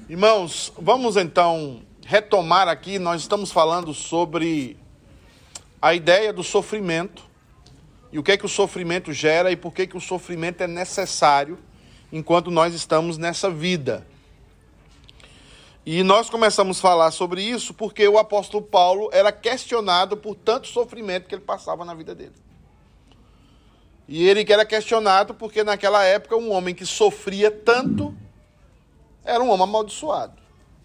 Irmãos, vamos então retomar aqui, nós estamos falando sobre a ideia do sofrimento e o que é que o sofrimento gera e por que o sofrimento é necessário enquanto nós estamos nessa vida. E nós começamos a falar sobre isso porque o apóstolo Paulo era questionado por tanto sofrimento que ele passava na vida dele. E ele que era questionado porque naquela época um homem que sofria tanto era um homem amaldiçoado.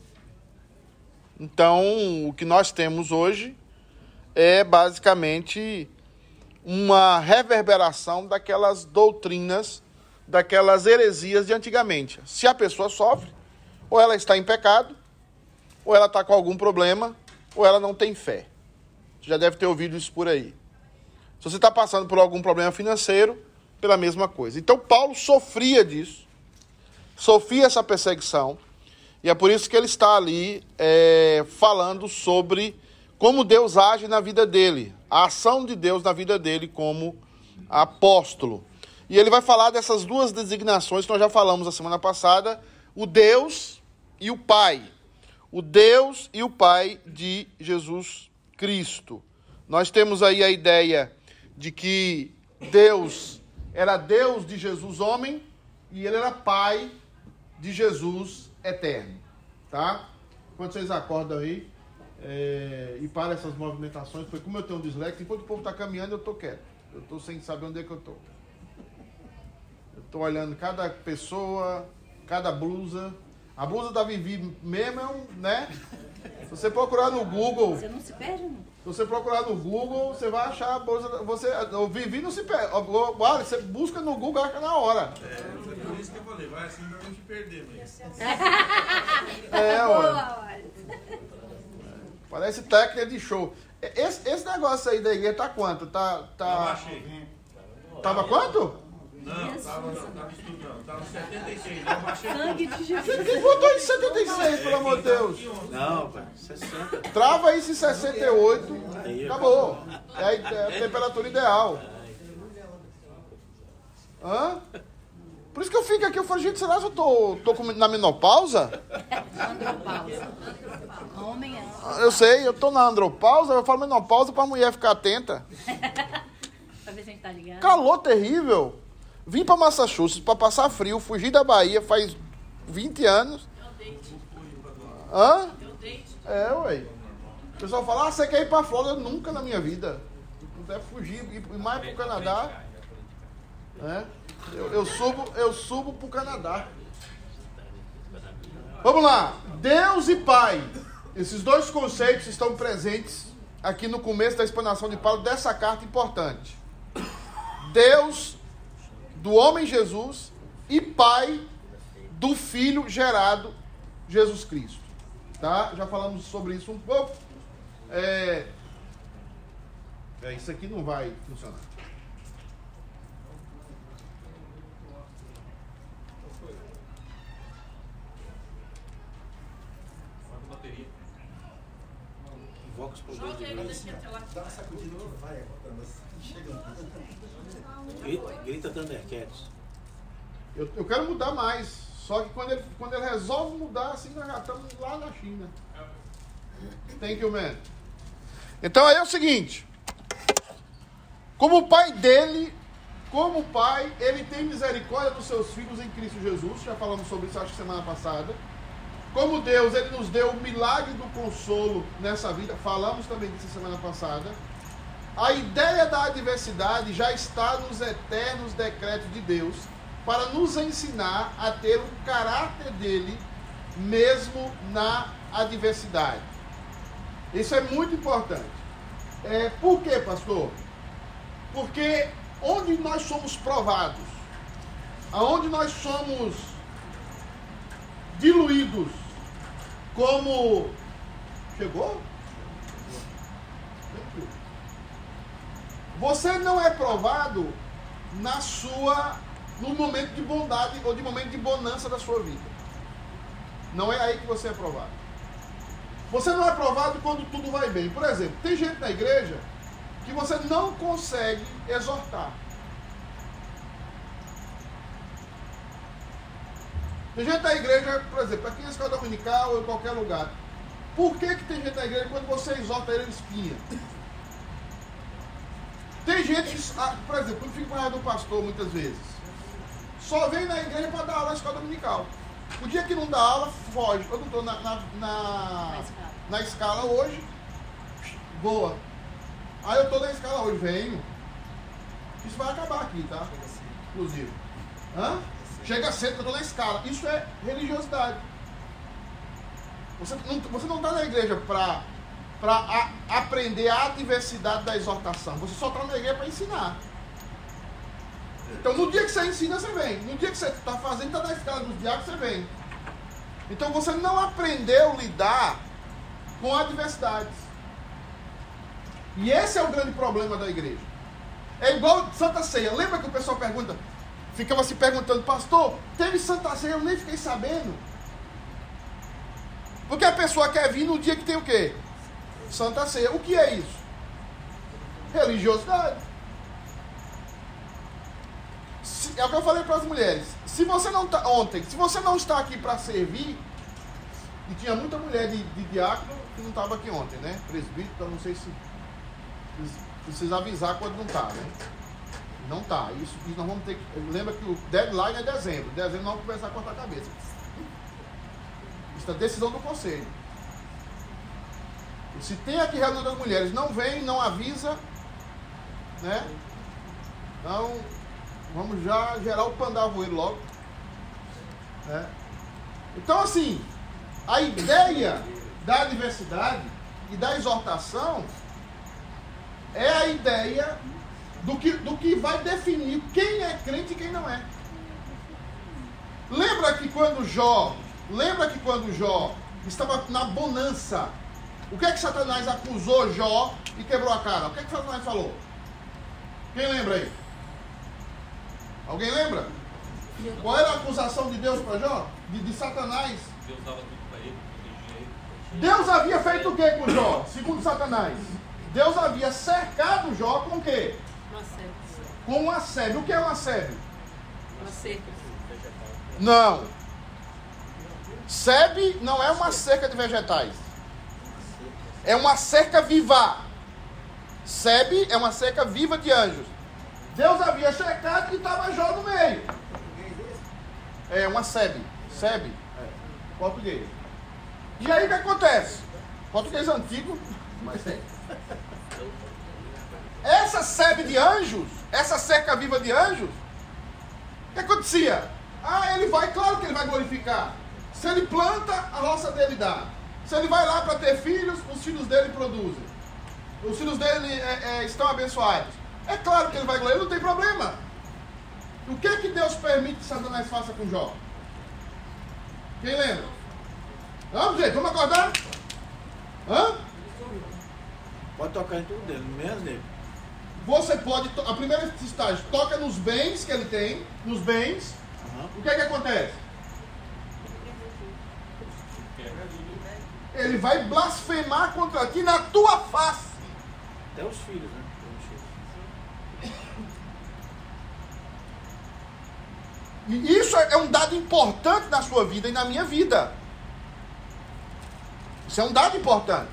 Então, o que nós temos hoje é basicamente uma reverberação daquelas doutrinas, daquelas heresias de antigamente. Se a pessoa sofre, ou ela está em pecado, ou ela está com algum problema, ou ela não tem fé. Você já deve ter ouvido isso por aí. Se você está passando por algum problema financeiro, pela mesma coisa. Então, Paulo sofria disso, sofria essa perseguição, e é por isso que ele está ali falando sobre como Deus age na vida dele, a ação de Deus na vida dele como apóstolo. E ele vai falar dessas duas designações que nós já falamos a semana passada, o Deus e o Pai. O Deus e o Pai de Jesus Cristo. Nós temos aí a ideia de que Deus era Deus de Jesus homem e ele era Pai de Jesus eterno. Tá? Quando vocês acordam aí e param essas movimentações, porque como eu tenho um dislexia, enquanto o povo está caminhando, eu estou quieto. Eu estou sem saber onde é que eu estou. Eu estou olhando cada pessoa, cada blusa. A blusa da Vivi mesmo é né? Se você procurar no Google... Você não se perde, não? Se você procurar no Google, você vai achar a blusa... O Vivi não se perde. Você busca no Google, acha na hora. Foi por isso que eu falei, vai assim pra não te perder, mas... Olha. Parece técnica de show. Esse negócio aí da igreja tá quanto? Tá... Tava quanto? Não, tava estudando, tava 76, eu baixei. Sangue de Jesus. Quem botou em 76, pelo amor de Deus? Não, pai, 60. Trava isso em 68, acabou. É a temperatura ideal. Hã? Por isso que eu fico aqui, eu falo, gente, será que eu tô na menopausa? Andropausa. Homem é. Eu sei, eu tô na andropausa, eu falo menopausa pra mulher ficar atenta. Pra ver se a gente tá ligado. Calor terrível. Vim pra Massachusetts pra passar frio, fugi da Bahia faz 20 anos. Hã? Ué. O pessoal fala, você quer ir pra Flórida? Eu nunca na minha vida. Se puder fugir, ir mais pro Canadá. Eu subo pro Canadá. Vamos lá. Deus e Pai. Esses dois conceitos estão presentes aqui no começo da explanação de Paulo dessa carta importante. Deus do homem Jesus e Pai do Filho gerado Jesus Cristo. Tá? Já falamos sobre isso um pouco. Isso aqui não vai funcionar. Invoca os poderes de Deus. Dá uma sacudida que vai, chega. Grita Thundercats. Eu quero mudar mais. Só que quando ele resolve mudar, assim, nós já estamos lá na China. Thank you, man. Então aí é o seguinte. Como pai, ele tem misericórdia dos seus filhos em Cristo Jesus. Já falamos sobre isso, acho que semana passada. Como Deus, ele nos deu o milagre do consolo nessa vida. Falamos também disso semana passada. A ideia da adversidade já está nos eternos decretos de Deus para nos ensinar a ter o caráter dele mesmo na adversidade. Isso é muito importante. Por quê, pastor? Porque onde nós somos provados, aonde nós somos diluídos como... Chegou? Você não é provado no momento de bondade ou de momento de bonança da sua vida. Não é aí que você é provado. Você não é provado quando tudo vai bem. Por exemplo, tem gente na igreja que você não consegue exortar. Tem gente da igreja, por exemplo, aqui na escola dominical ou em qualquer lugar. Por que tem gente da igreja quando você exorta ele espinha? Tem gente, por exemplo, quando fico com a raiva do pastor muitas vezes, só vem na igreja para dar aula na escola dominical. O dia que não dá aula, foge. Eu não estou na escala hoje, boa. Aí eu estou na escala hoje, venho. Isso vai acabar aqui, tá? Inclusive. Hã? Chega cedo que eu estou na escala. Isso é religiosidade. Você não está na igreja para aprender a diversidade da exortação. Você só está na igreja para ensinar. Então, no dia que você ensina, você vem. No dia que você está fazendo, está na escala dos diáconos, você vem. Então, você não aprendeu a lidar com adversidades. E esse é o grande problema da igreja. É igual Santa Ceia. Lembra que o pessoal pergunta, ficava se perguntando, pastor, teve Santa Ceia, eu nem fiquei sabendo. Porque a pessoa quer vir no dia que tem o quê? Santa Ceia. O que é isso? Religiosidade. É o que eu falei para as mulheres. Se você não tá, ontem, se você não está aqui para servir, e tinha muita mulher de diácono que não estava aqui ontem, né? Presbítero, então não sei se precisa avisar quando não está, né? Não está. Isso nós vamos ter que. Lembra que o deadline é dezembro. Dezembro nós vamos começar a cortar a cabeça. Isso é decisão do conselho. E se tem aqui reunião das mulheres, não vem, não avisa, né? Então, vamos já gerar o pandavoeiro logo. Né? Então, assim, a ideia da diversidade e da exortação é a ideia do que vai definir quem é crente e quem não é. Lembra que quando Jó estava na bonança, o que é que Satanás acusou Jó e quebrou a cara? O que é que Satanás falou? Quem lembra aí? Alguém lembra? Qual era a acusação de Deus para Jó? De Satanás? Deus dava tudo para ele, protegia ele. Deus havia feito o que com Jó? Segundo Satanás. Deus havia cercado Jó com o quê? Uma cerca. Com um assédio. O que é um assédio? Uma cerca. Não. Sebe não é uma cerca de vegetais. É uma cerca viva. Sebe é uma cerca viva de anjos. Deus havia cercado e estava Jó no meio. É uma sebe. Sebe. Português. E aí o que acontece? Português antigo, mas é. Essa sebe de anjos, essa cerca viva de anjos, o que acontecia? Ele vai, claro que ele vai glorificar. Se ele planta, a roça dele dá. Se ele vai lá para ter filhos, os filhos dele produzem. Os filhos dele estão abençoados. É claro que ele vai glorificar, não tem problema. O que é que Deus permite que Satanás faça com Jó? Quem lembra? Vamos, gente, vamos acordar? Hã? Pode tocar em tudo dele, menos nele. Você pode, a primeira estágio, toca nos bens que ele tem, nos bens. O que é que acontece? Ele vai blasfemar contra ti na tua face. Até os filhos, né? E isso é um dado importante na sua vida e na minha vida. Isso é um dado importante.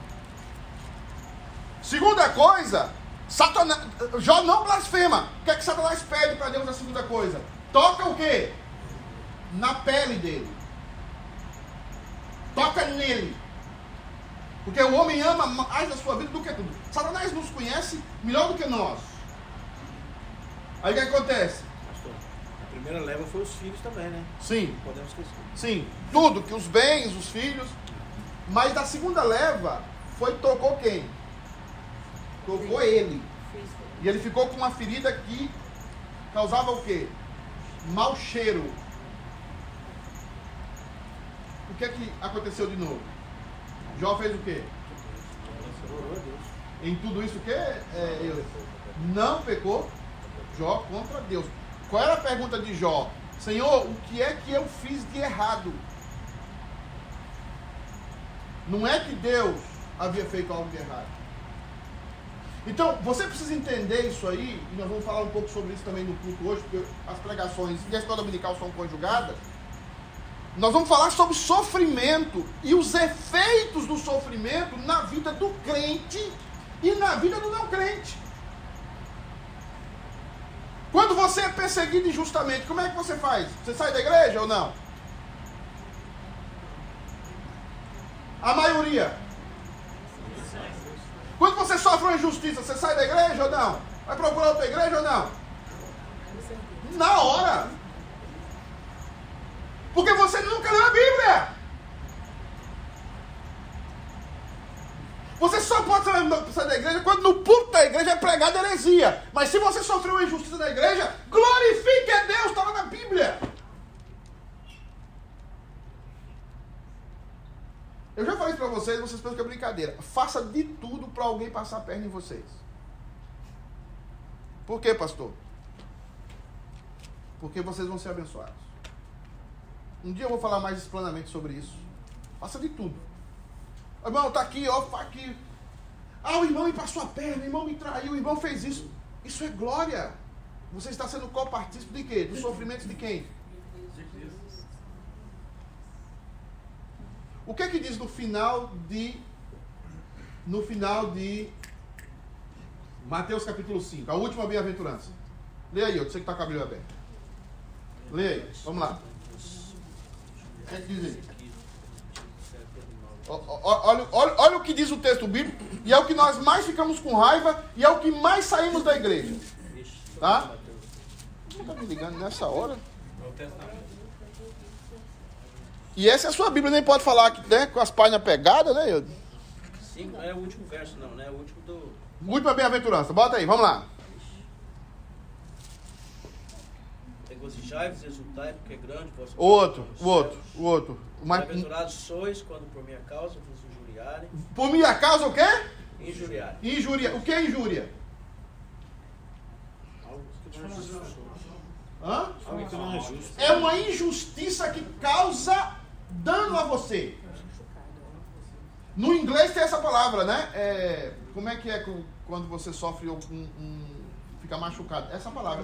Segunda coisa, Jó não blasfema. O que é que Satanás pede para Deus na segunda coisa? Toca o quê? Na pele dele. Toca nele. Porque o homem ama mais a sua vida do que tudo. Satanás nos conhece melhor do que nós. Aí o que acontece? Pastor, a primeira leva foi os filhos também, né? Sim. Não podemos esquecer. Sim, tudo, que os bens, os filhos. Mas da segunda leva, tocou quem? Tocou ele. E ele ficou com uma ferida que causava o quê? Mau cheiro. O que é que aconteceu de novo? Jó fez o quê? Em tudo isso o quê? Não pecou Jó contra Deus. Qual era a pergunta de Jó? Senhor, o que é que eu fiz de errado? Não é que Deus havia feito algo de errado. Então, você precisa entender isso aí, e nós vamos falar um pouco sobre isso também no culto hoje, porque as pregações e a escola dominical são conjugadas. Nós vamos falar sobre sofrimento e os efeitos do sofrimento na vida do crente e na vida do não crente. Quando você é perseguido injustamente, como é que você faz? Você sai da igreja ou não? A maioria. Quando você sofre uma injustiça, você sai da igreja ou não? Vai procurar outra igreja ou não? Na hora. Porque você nunca leu a Bíblia. Você só pode sair da igreja quando no púlpito da igreja é pregada heresia. Mas se você sofreu uma injustiça na igreja, glorifique a Deus, está lá na Bíblia. Eu já falei isso para vocês pensam que é brincadeira. Faça de tudo para alguém passar a perna em vocês. Por quê, pastor? Porque vocês vão ser abençoados. Um dia eu vou falar mais explanamente sobre isso. Faça de tudo. Irmão, está aqui, ó, tá aqui. Ah, o irmão me passou a perna, o irmão me traiu, o irmão fez isso. Isso é glória. Você está sendo copartícipe de quê? Dos sofrimentos de quem? O que é que diz no final de Mateus capítulo 5, a última bem-aventurança? Lê aí, você que está com a Bíblia aberta. Lê aí, vamos lá. O que é que diz aí? Olha o que diz o texto bíblico, e é o que nós mais ficamos com raiva, e é o que mais saímos da igreja. Tá? Não está me ligando nessa hora? E essa é a sua Bíblia, nem pode falar aqui, né, com as páginas pegadas, né? Sim, não é o último verso, não, né? É o último do... Última bem-aventurança, bota aí, vamos lá. Regozijai-vos, exultai, porque é grande vosso... O outro. Bem-aventurados sois quando por minha causa vos injuriarem. Por minha causa o quê? Injuriarem. Injúria. O que é injúria? Hã? É uma injustiça que causa dano a você. No inglês tem essa palavra, né? Como é que é quando você sofre fica machucado? Essa palavra.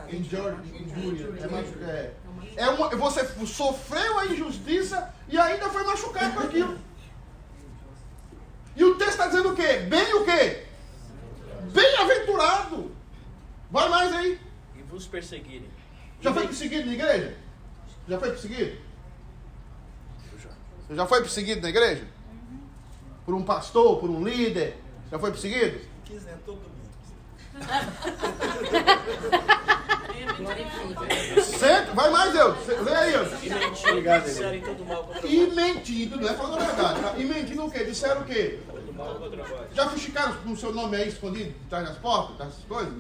Injúria. Você sofreu a injustiça e ainda foi machucado com aquilo. E o texto está dizendo o quê? Bem o quê? Bem-aventurado. Vai mais aí. E vos perseguirem. Já foi perseguido na igreja? Já foi perseguido? Você já foi perseguido na igreja? Por um pastor, por um líder? Já foi perseguido? Se quiser, todo mundo. Vai mais, eu. Lê aí, eu. Disserem todo mal contra vós. E mentindo, não é falando a verdade, tá? E mentindo o quê? Disseram o quê? Todo mal contra vós. Já ficaram com o seu nome aí escondido atrás das portas, dessas coisas?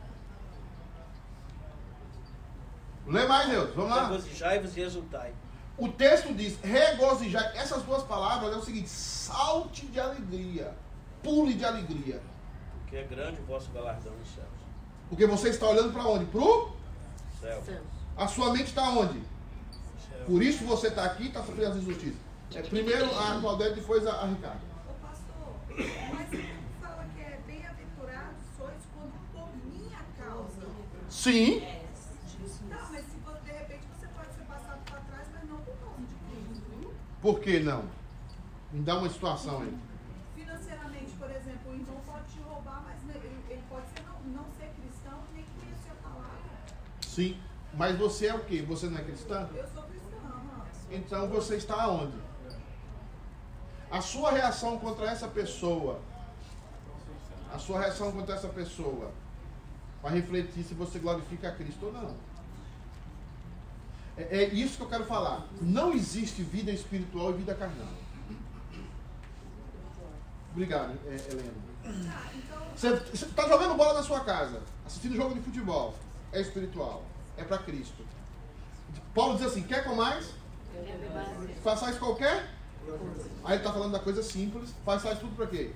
Lê mais, Deus. Vamos lá. Regozijai-vos e exultai. O texto diz, regozijar. Essas duas palavras é o seguinte, salte de alegria, pule de alegria. Porque é grande o vosso galardão nos céus. Porque você está olhando para onde? Pro? Céu. A sua mente está onde? Céu. Por isso você está aqui e está sofrendo as injustiças. Primeiro a Claudete, depois a Ricardo. Ô pastor, mas ele fala que é bem-aventurado sois quando por minha causa. Sim. Não, mas se de repente você pode ser passado para trás, mas não por causa de Cristo. Por que não? Me dá uma situação aí. Financeiramente, por exemplo, o irmão pode te roubar, mas ele pode ser não ser cristão nem conhecer a palavra. Sim. Mas você é o quê? Você não é cristã? Eu sou cristã. Então você está aonde? A sua reação contra essa pessoa, vai refletir se você glorifica a Cristo ou não. É isso que eu quero falar. Não existe vida espiritual e vida carnal. Obrigado, Helena. Você está jogando bola na sua casa, assistindo jogo de futebol. É espiritual. É para Cristo. Paulo diz assim, quer com mais? Façais qualquer? Aí ele está falando da coisa simples. Façais tudo para quê?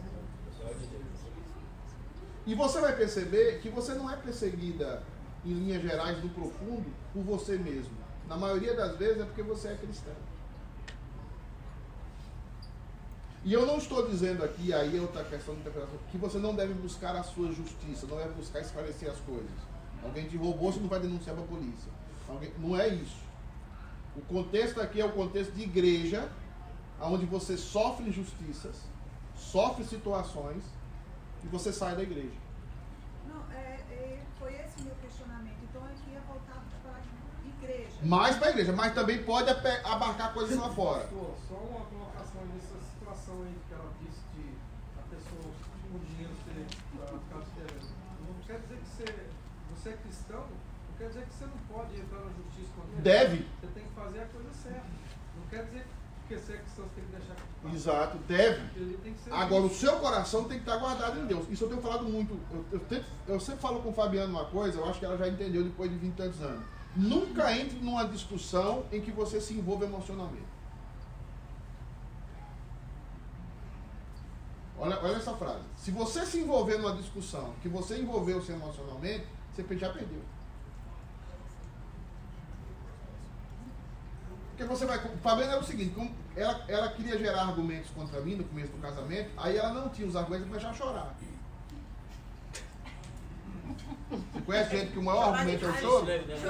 E você vai perceber que você não é perseguida em linhas gerais do profundo por você mesmo. Na maioria das vezes é porque você é cristão. E eu não estou dizendo aqui, aí é outra questão de interpretação, que você não deve buscar a sua justiça, não deve buscar esclarecer as coisas. Alguém te roubou, você não vai denunciar para a polícia. Não é isso. O contexto aqui é o contexto de igreja, onde você sofre injustiças, sofre situações e você sai da igreja. Não, foi esse o meu questionamento. Então eu queria voltar para a igreja. Mais para a igreja, mas também pode abarcar coisas lá fora. Só uma colocação nessa situação aí que ela disse de a pessoa com o dinheiro ficar diferente. Não quer dizer que você é cristão, não quer dizer que você não pode entrar na justiça contra ele. Deve. Você tem que fazer a coisa certa. Não quer dizer que você é cristão, você tem que deixar. Exato, deve. Ele tem que ser Agora, o seu coração tem que estar guardado em Deus. Isso eu tenho falado muito. Eu sempre falo com o Fabiano uma coisa, eu acho que ela já entendeu depois de 20 e tantos anos. Nunca entre numa discussão em que você se envolva emocionalmente. Olha essa frase. Se você se envolver numa discussão que você envolveu-se emocionalmente, você já perdeu. Porque você vai... Fabiana era o seguinte, ela queria gerar argumentos contra mim no começo do casamento, aí ela não tinha os argumentos e começou a chorar. Você conhece gente que o maior argumento é o choro?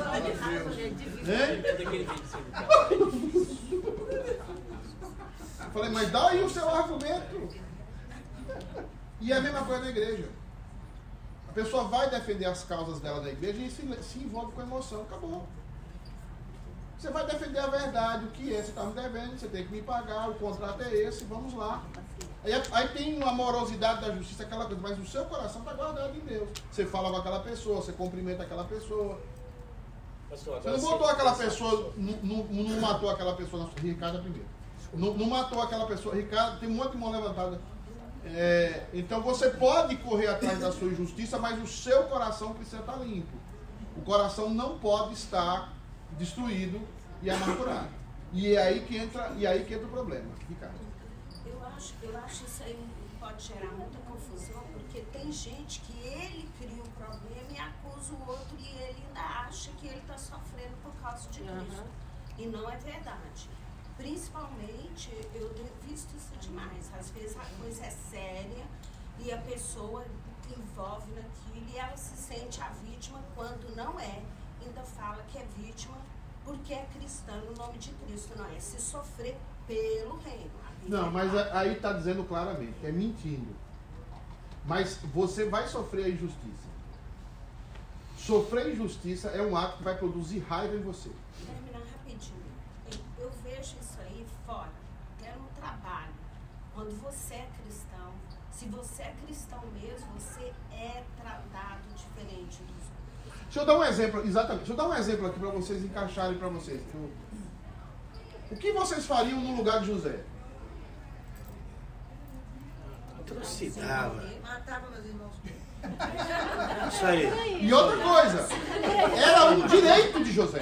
Eu falei, mas dá aí o seu argumento. E é a mesma coisa na igreja. A pessoa vai defender as causas dela na igreja e se envolve com emoção. Acabou. Você vai defender a verdade, o que é, você está me devendo, você tem que me pagar, o contrato é esse, vamos lá. Aí tem uma morosidade da justiça, aquela coisa, mas o seu coração está guardado em Deus. Você fala com aquela pessoa, você cumprimenta aquela pessoa. Pastor, Você não botou aquela pessoa, não matou aquela pessoa, Ricardo é primeiro. Não matou aquela pessoa, Ricardo, tem um monte de mão levantada. Então você pode correr atrás da sua justiça, mas o seu coração precisa estar limpo. O coração não pode estar destruído e amargurado. E é aí que entra o problema. Ricardo. Eu acho isso aí pode gerar muita confusão, porque tem gente que ele cria um problema e acusa o outro e ele ainda acha que ele está sofrendo por causa de Cristo. E não é verdade. Principalmente, eu tenho visto isso demais. Às vezes a coisa é séria e a pessoa envolve naquilo e ela se sente a vítima quando não é. Ainda fala que é vítima porque é cristã no nome de Cristo. Não é se sofrer pelo reino. Não, mas aí está dizendo claramente, é mentindo. Mas você vai sofrer a injustiça. Sofrer injustiça é um ato que vai produzir raiva em você. Terminar rapidinho. Eu vejo isso aí fora, até no trabalho. Quando você é cristão, se você é cristão mesmo, você é tratado diferente dos outros. Deixa eu dar um exemplo, exatamente. Deixa eu dar um exemplo aqui para vocês encaixarem para vocês. O que vocês fariam no lugar de José? Trucidava. Matava meus irmãos. Isso aí. E outra coisa, era um direito de José.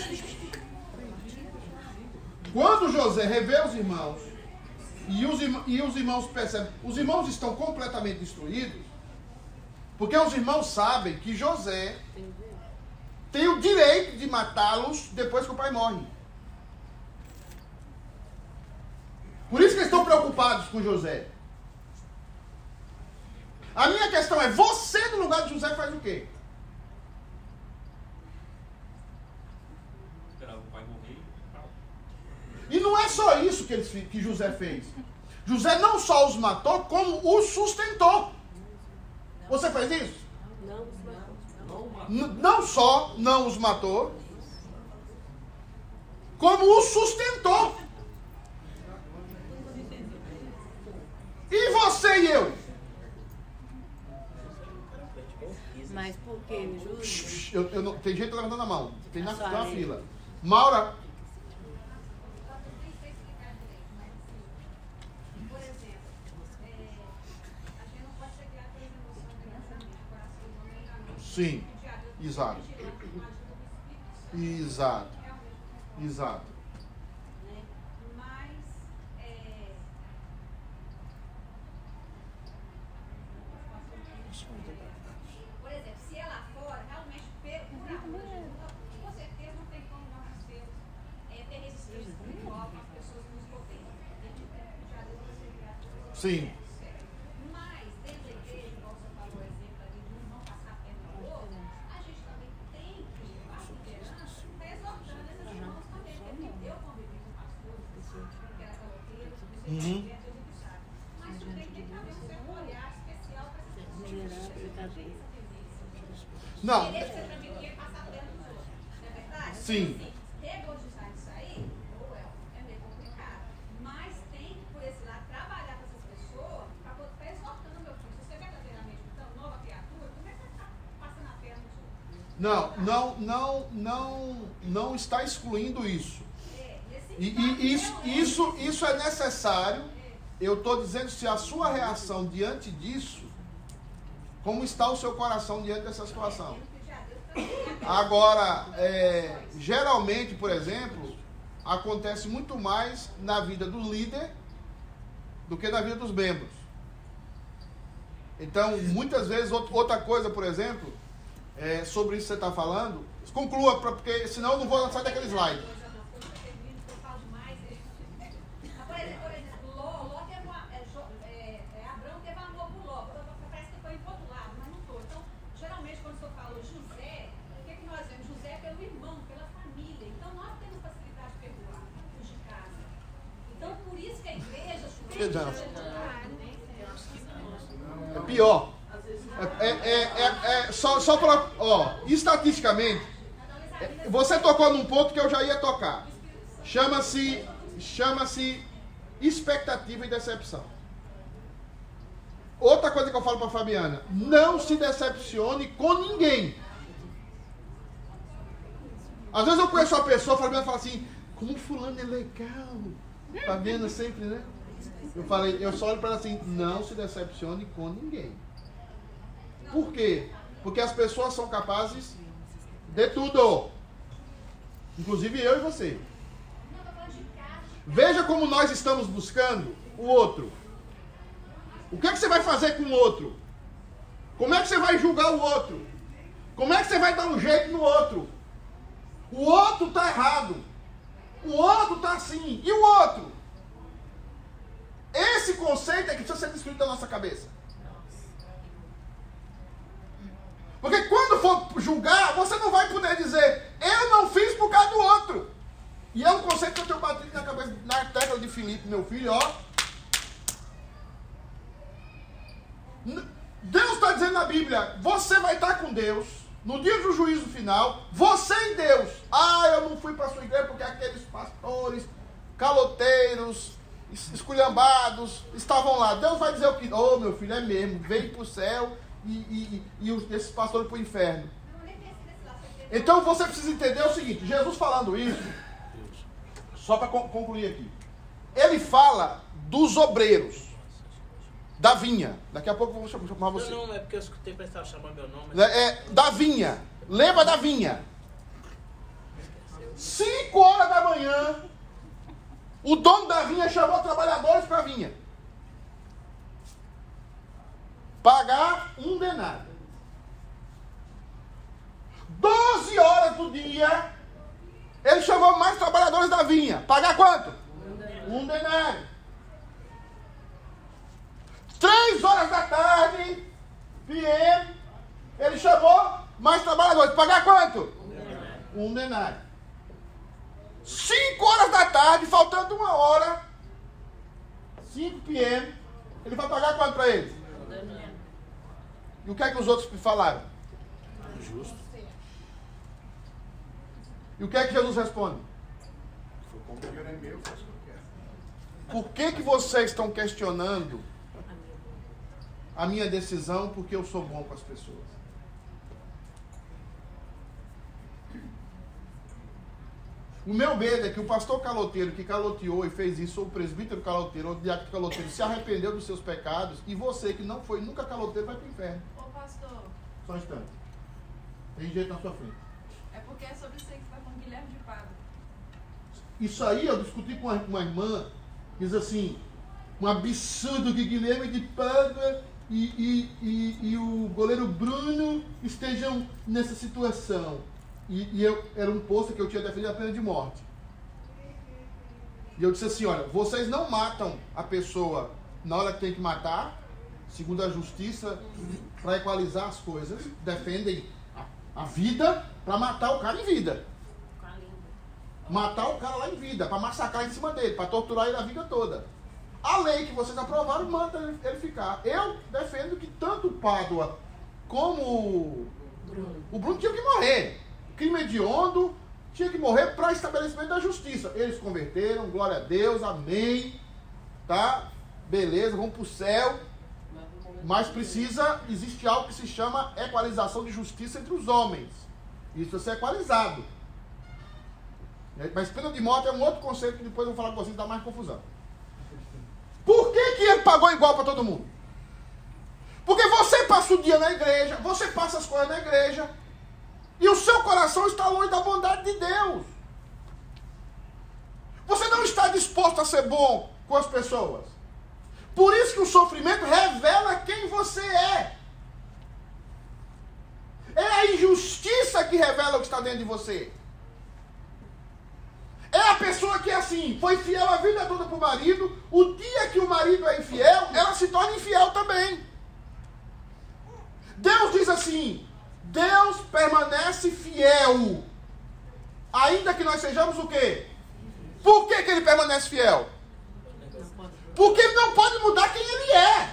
Quando José revê os irmãos e os irmãos percebem, os irmãos estão completamente destruídos, porque os irmãos sabem que José tem o direito de matá-los depois que o pai morre. Por isso que eles estão preocupados com José. A minha questão é, você no lugar de José faz o quê? Esperava o pai morrer. E não é só isso que José fez. José não só os matou, como os sustentou. Você fez isso? Não só não os matou, como os sustentou. E você e eu? Mas por quê? Me juro? Tem gente levantando a mão. Tem na fila. Maura. Por exemplo, a gente não pode chegar a ter emoção negativamente no coração do homem da mente. Sim. Exato. Exato. Exato. Mas, por exemplo, se é lá fora, realmente, por amor de Deus, com certeza não tem como nós ter resistência espiritual com as pessoas que nos rodeiam. Já Deus vai ser grato por isso. Sim. Mas, dentro da igreja, igual você falou o exemplo ali, de não passar perto do outro, a gente também tem que, a liderança, está exortando esses irmãos também, porque Uhum. Mas também tem que haver um certo olhar especial para essas pessoas. Não. Querer ser também passar a perna dos outros. Não é verdade? Sim. Então, assim, regozijar isso aí, é meio complicado. Mas tem que, por esse lado, trabalhar com essas pessoas para estar exortando meu filho. Se você é verdadeiramente, então, nova criatura, como é que você está passando a perna dos outros? Não está excluindo isso. E isso é necessário. Eu estou dizendo se a sua reação diante disso, como está o seu coração diante dessa situação. Agora, geralmente, por exemplo, acontece muito mais na vida do líder do que na vida dos membros. Então, muitas vezes, outra coisa, por exemplo, sobre isso que você está falando, conclua, porque senão eu não vou lançar daquele slide. Abraão teve amor por Ló. Parece que foi em outro lado, mas não foi. Então, geralmente, quando eu falo José, o que nós vemos? José é pelo irmão, pela família. Então, nós temos facilidade de perdoar os de casa. Então, por isso que a igreja... É pior. Só para... estatisticamente, você tocou num ponto que eu já ia tocar. Chama-se expectativa e decepção. Outra coisa que eu falo para a Fabiana: não se decepcione com ninguém. Às vezes eu conheço uma pessoa, a Fabiana fala assim: como fulano é legal. Fabiana sempre, né? Eu só olho para ela assim: não se decepcione com ninguém. Por quê? Porque as pessoas são capazes de tudo. Inclusive eu e você. Veja como nós estamos buscando o outro. O que é que você vai fazer com o outro? Como é que você vai julgar o outro? Como é que você vai dar um jeito no outro? O outro está errado. O outro está assim. E o outro? Esse conceito é que precisa ser destruído da nossa cabeça. Porque quando for julgar, você não vai poder dizer: eu não fiz por causa do outro. E é um conceito que eu tenho batido na cabeça, na tecla de Filipe, meu filho, ó. Deus está dizendo na Bíblia: você vai estar com Deus no dia do juízo final, você e Deus. Eu não fui para a sua igreja porque aqueles pastores caloteiros, esculhambados, estavam lá. Deus vai dizer o que? Meu filho, é mesmo, veio para o céu e esses pastores para o inferno. Então você precisa entender o seguinte: Jesus falando isso, só para concluir aqui, ele fala dos obreiros da vinha. Daqui a pouco eu vou chamar você. Não, é porque eu escutei para estar chamando meu nome. Da vinha. Lembra da vinha? 5 horas da manhã, o dono da vinha chamou trabalhadores para a vinha. Pagar um denário. 12 horas do dia, ele chamou mais trabalhadores da vinha. Pagar quanto? Um denário. 3 horas da tarde, PM, ele chamou mais trabalhadores. Pagar quanto? Um denário. 5 horas da tarde, faltando 1 hora, 5 PM, ele vai pagar quanto para eles? E o que é que os outros falaram? Justo. E o que é que Jesus responde? Foi como o dinheiro é meu, faço o que eu quero. Por que vocês estão questionando a minha decisão porque eu sou bom com as pessoas? O meu medo é que o pastor caloteiro que caloteou e fez isso, ou o presbítero caloteiro, ou o diácono caloteiro, se arrependeu dos seus pecados, e você que não foi nunca caloteiro vai para o inferno. Ô pastor, Só um instante. Tem jeito na sua frente. é porque é sobre isso aí que você está com o Guilherme de Pádua. Isso aí eu discuti com uma irmã, diz assim: um absurdo que Guilherme de Pádua e o goleiro Bruno estejam nessa situação. Era um posto que eu tinha defendido a pena de morte. E eu disse assim: olha, vocês não matam a pessoa na hora que tem que matar, segundo a justiça, para equalizar as coisas, defendem a vida para matar o cara em vida. Matar o cara lá em vida, para massacrar em cima dele, para torturar ele a vida toda. A lei que vocês aprovaram manda ele ficar. Eu defendo que tanto o Pádua como o Bruno tinham que morrer. Crime hediondo tinha que morrer para estabelecimento da justiça. Eles se converteram, glória a Deus, amém. Tá? Beleza, vamos para o céu. Mas existe algo que se chama equalização de justiça entre os homens. Isso vai ser equalizado. Mas pena de morte é um outro conceito que depois eu vou falar com vocês, dá mais confusão. Por que ele pagou igual para todo mundo? Porque você passa o dia na igreja, você passa as coisas na igreja, e o seu coração está longe da bondade de Deus. Você não está disposto a ser bom com as pessoas. Por isso que o sofrimento revela quem você é. É a injustiça que revela o que está dentro de você. É a pessoa que, assim, foi fiel a vida toda para o marido. O dia que o marido é infiel, ela se torna infiel também. Deus diz assim: Deus permanece fiel, ainda que nós sejamos o quê? Por que ele permanece fiel? Porque ele não pode mudar quem ele é.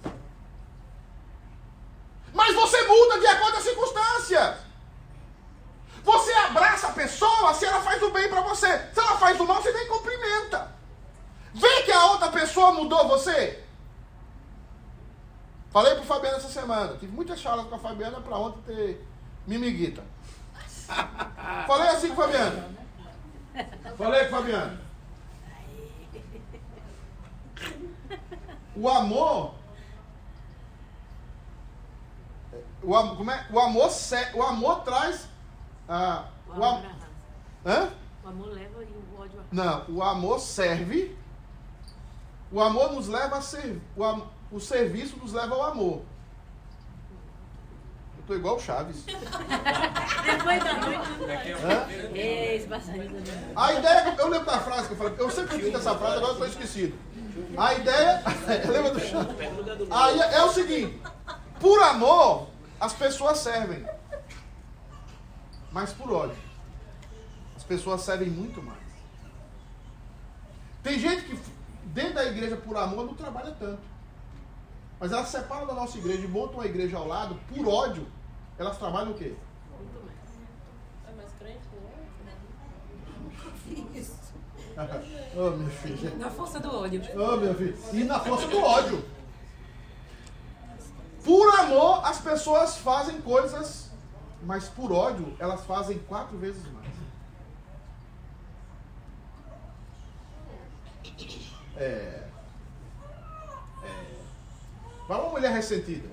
Mas você muda de acordo com as circunstâncias. Você abraça a pessoa se ela faz o bem para você. Se ela faz o mal, você nem cumprimenta. Vê que a outra pessoa mudou você. Falei pro Fabiano essa semana. Tive muitas charlas com a Fabiana para ontem ter mimiguita. Falei assim com o Fabiano. Falei com o Fabiano. O amor... O amor traz... Hã? O amor leva e o ódio... Não, o amor serve. O amor nos leva a servir. O serviço nos leva ao amor. Eu estou igual o Chaves. Depois da noite... A ideia... Eu lembro da frase que eu falei. Eu sempre repito essa frase, agora eu estou esquecido. A ideia... Lembra do Chaves? Aí é o seguinte. Por amor, as pessoas servem. Mas por ódio, as pessoas servem muito mais. Tem gente que dentro da igreja por amor não trabalha tanto. Mas elas se separam da nossa igreja e montam uma igreja ao lado, por ódio, elas trabalham o quê? Muito mais. É mais crente, não é? Isso. Oh, minha filha. Na força do ódio. Oh, minha filha. E na força do ódio. Por amor, as pessoas fazem coisas... Mas por ódio, elas fazem 4 vezes mais. Vai uma mulher ressentida.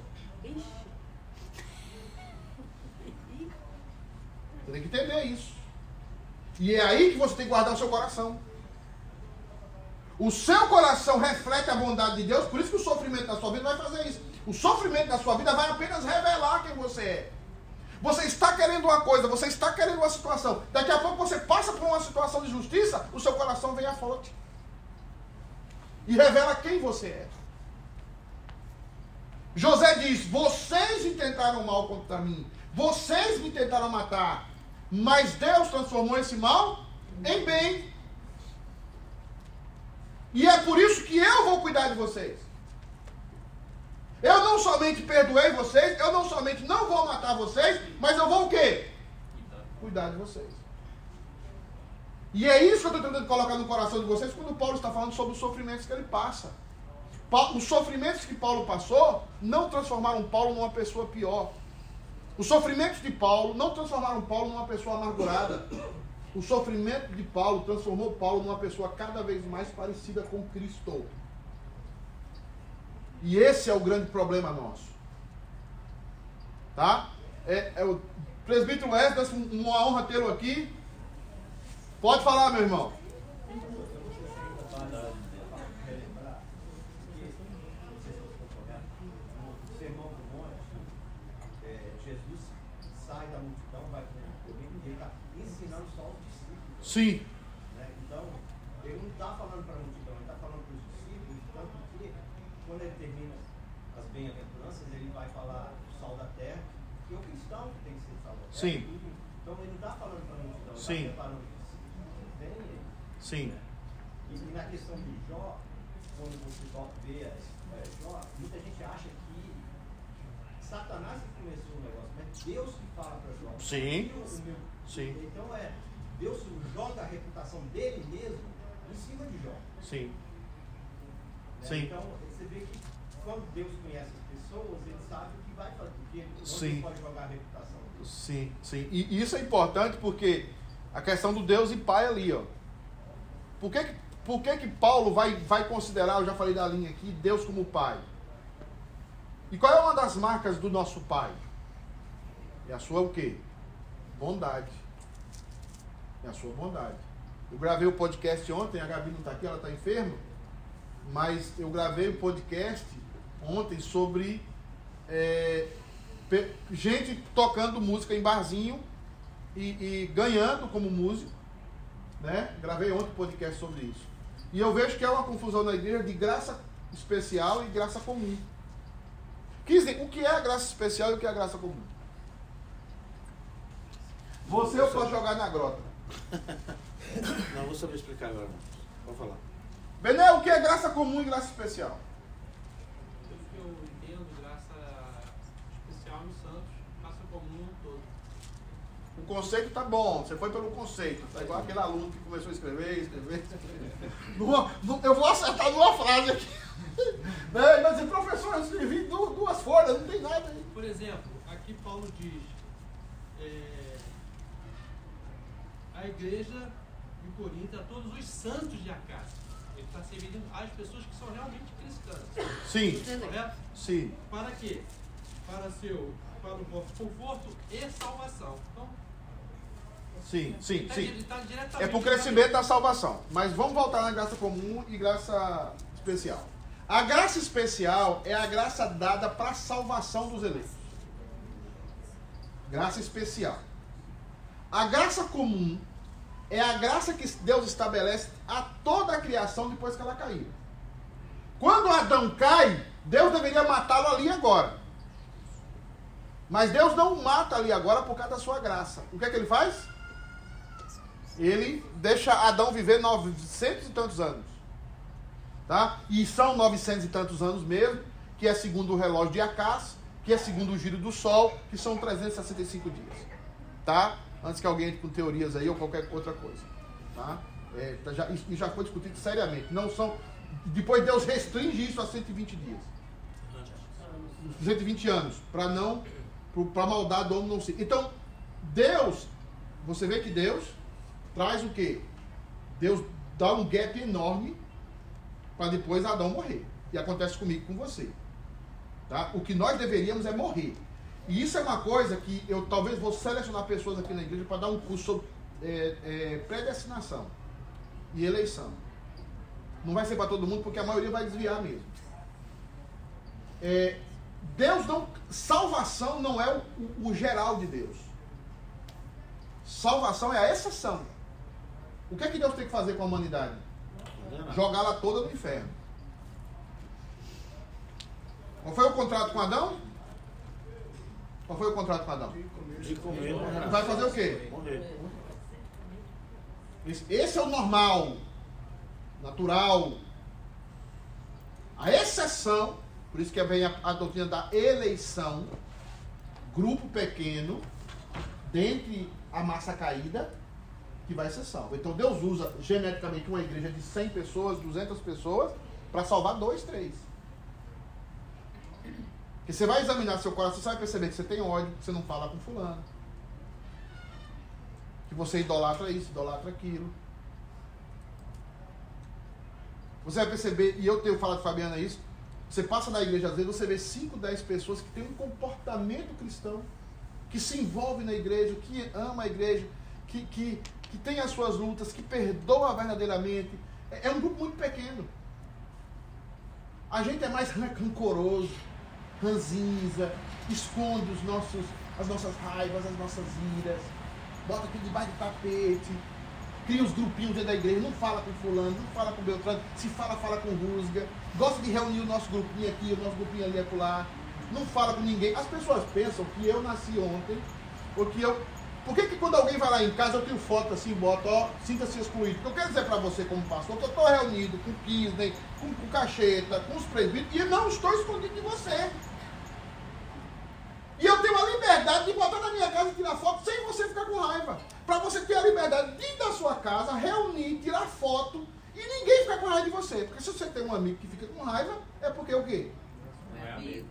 Você tem que entender isso. E é aí que você tem que guardar o seu coração. O seu coração reflete a bondade de Deus, por isso que o sofrimento da sua vida vai fazer isso. O sofrimento da sua vida vai apenas revelar quem você é. Você está querendo uma coisa, você está querendo uma situação. Daqui a pouco você passa por uma situação de justiça, o seu coração vem à fonte. E revela quem você é. José diz: vocês intentaram mal contra mim, vocês me tentaram matar, mas Deus transformou esse mal em bem. E é por isso que eu vou cuidar de vocês. Eu não somente perdoei vocês, eu não somente não vou matar vocês, mas eu vou o quê? Cuidar de vocês. E é isso que eu estou tentando colocar no coração de vocês quando Paulo está falando sobre os sofrimentos que ele passa. Os sofrimentos que Paulo passou não transformaram Paulo numa pessoa pior. Os sofrimentos de Paulo não transformaram Paulo numa pessoa amargurada. O sofrimento de Paulo transformou Paulo numa pessoa cada vez mais parecida com Cristo. E esse é o grande problema nosso. Tá? O presbítero Esdras, uma honra tê-lo aqui. Pode falar, meu irmão. Jesus sai da multidão, vai para o e ele está ensinando só os discípulos. Sim. Então, ele não está falando para a multidão, ele está falando para os discípulos, tanto que quando ele termina as bem-aventuranças, ele vai falar do sal da terra, que é o cristão que tem que ser sal da terra. Sim. Então ele não está falando para a multidão, ele Sim. está preparando os discípulos. Sim. E na questão de Jó, quando você vê Jó, muita gente acha que Satanás que começou o negócio, mas Deus que fala para Jó. Sim. Sim. Então Deus joga a reputação dele mesmo em cima de Jó. Sim. Né? Sim. Então você vê que quando Deus conhece as pessoas, ele sabe o que vai fazer, porque Sim. ele pode jogar a reputação dele. Sim, sim. E isso é importante porque a questão do Deus e Pai ali, ó. Por que Paulo vai considerar, eu já falei da linha aqui, Deus como Pai? E qual é uma das marcas do nosso Pai? É a sua o quê? Bondade. É a sua bondade. Eu gravei o podcast ontem, a Gabi não está aqui, ela está enferma, mas eu gravei o podcast ontem sobre gente tocando música em barzinho e ganhando como músico, né? Gravei ontem um podcast sobre isso. E eu vejo que é uma confusão na igreja de graça especial e graça comum. Quer dizer, o que é a graça especial e o que é a graça comum? Você eu posso jogar na grota. Não, vou saber explicar agora, não. Pode falar. Benel, o que é graça comum e graça especial? Pelo que eu entendo, graça especial nos santos, graça comum no todo. O conceito tá bom, você foi pelo conceito. Tá igual aquele aluno que começou a escrever. Eu vou acertar numa frase aqui. Né? Mas, professor, eu escrevi duas folhas, não tem nada aí. Por exemplo, aqui Paulo diz, a igreja de Corinto, a todos os santos de Acácia. Ele está se referindo às pessoas que são realmente cristãs. Sim. Correto? Sim. Para quê? Para o vosso conforto e salvação. Então, sim. Tá diretamente É para o crescimento da salvação. Mas vamos voltar na graça comum e graça especial. A graça especial é a graça dada para a salvação dos eleitos. Graça especial. A graça comum é a graça que Deus estabelece a toda a criação depois que ela caiu. Quando Adão cai, Deus deveria matá-lo ali agora. Mas Deus não o mata ali agora por causa da sua graça. O que é que ele faz? Ele deixa Adão viver 900 e tantos anos. Tá? E são 900 e tantos anos mesmo, que é segundo o relógio de Acácia, que é segundo o giro do Sol, que são 365 dias. Tá? Antes que alguém entre com teorias aí ou qualquer outra coisa. Tá? E já foi discutido seriamente. Não são. Depois Deus restringe isso a 120 dias. 120 anos. Para a maldade do homem não ser. Então, Deus, você vê que Deus traz o quê? Deus dá um gap enorme para depois Adão morrer. E acontece comigo e com você. Tá? O que nós deveríamos é morrer. E isso é uma coisa que eu talvez vou selecionar pessoas aqui na igreja para dar um curso sobre predestinação e eleição. Não vai ser para todo mundo porque a maioria vai desviar mesmo. Deus não... Salvação não é o geral de Deus. Salvação é a exceção. O que é que Deus tem que fazer com a humanidade? Jogá-la toda no inferno. Qual foi o contrato com Adão? Qual foi o contrato com Adão? De comer. Vai fazer o quê? Morrer. Esse é o normal, natural. A exceção, por isso que vem a doutrina da eleição, grupo pequeno, dentre a massa caída, que vai ser salvo. Então Deus usa geneticamente uma igreja de 100 pessoas, 200 pessoas, para salvar 2, 3. Porque você vai examinar seu coração, você vai perceber que você tem ódio, que você não fala com fulano. Que você idolatra isso, idolatra aquilo. Você vai perceber, e eu tenho falado com a Fabiana isso, você passa na igreja, às vezes você vê 5, 10 pessoas que têm um comportamento cristão, que se envolve na igreja, que ama a igreja, que tem as suas lutas, que perdoa verdadeiramente. É um grupo muito pequeno. A gente é mais rancoroso, ranzinza, esconde as nossas raivas, as nossas iras, bota tudo debaixo do tapete, cria os grupinhos dentro da igreja, não fala com fulano, não fala com Beltrano, se fala com rusga, gosta de reunir o nosso grupinho aqui, o nosso grupinho ali, acolá, não fala com ninguém. As pessoas pensam que eu nasci ontem, ou que eu Por que quando alguém vai lá em casa, eu tenho foto assim, boto, ó, sinta-se excluído? Porque eu quero dizer para você, como pastor, que eu estou reunido com o Kisney, com o Cacheta, com os presbíteros, e não estou escondido de você. E eu tenho a liberdade de botar na minha casa e tirar foto sem você ficar com raiva. Para você ter a liberdade de ir da sua casa, reunir, tirar foto e ninguém ficar com raiva de você. Porque se você tem um amigo que fica com raiva, é porque o quê? Não é amigo.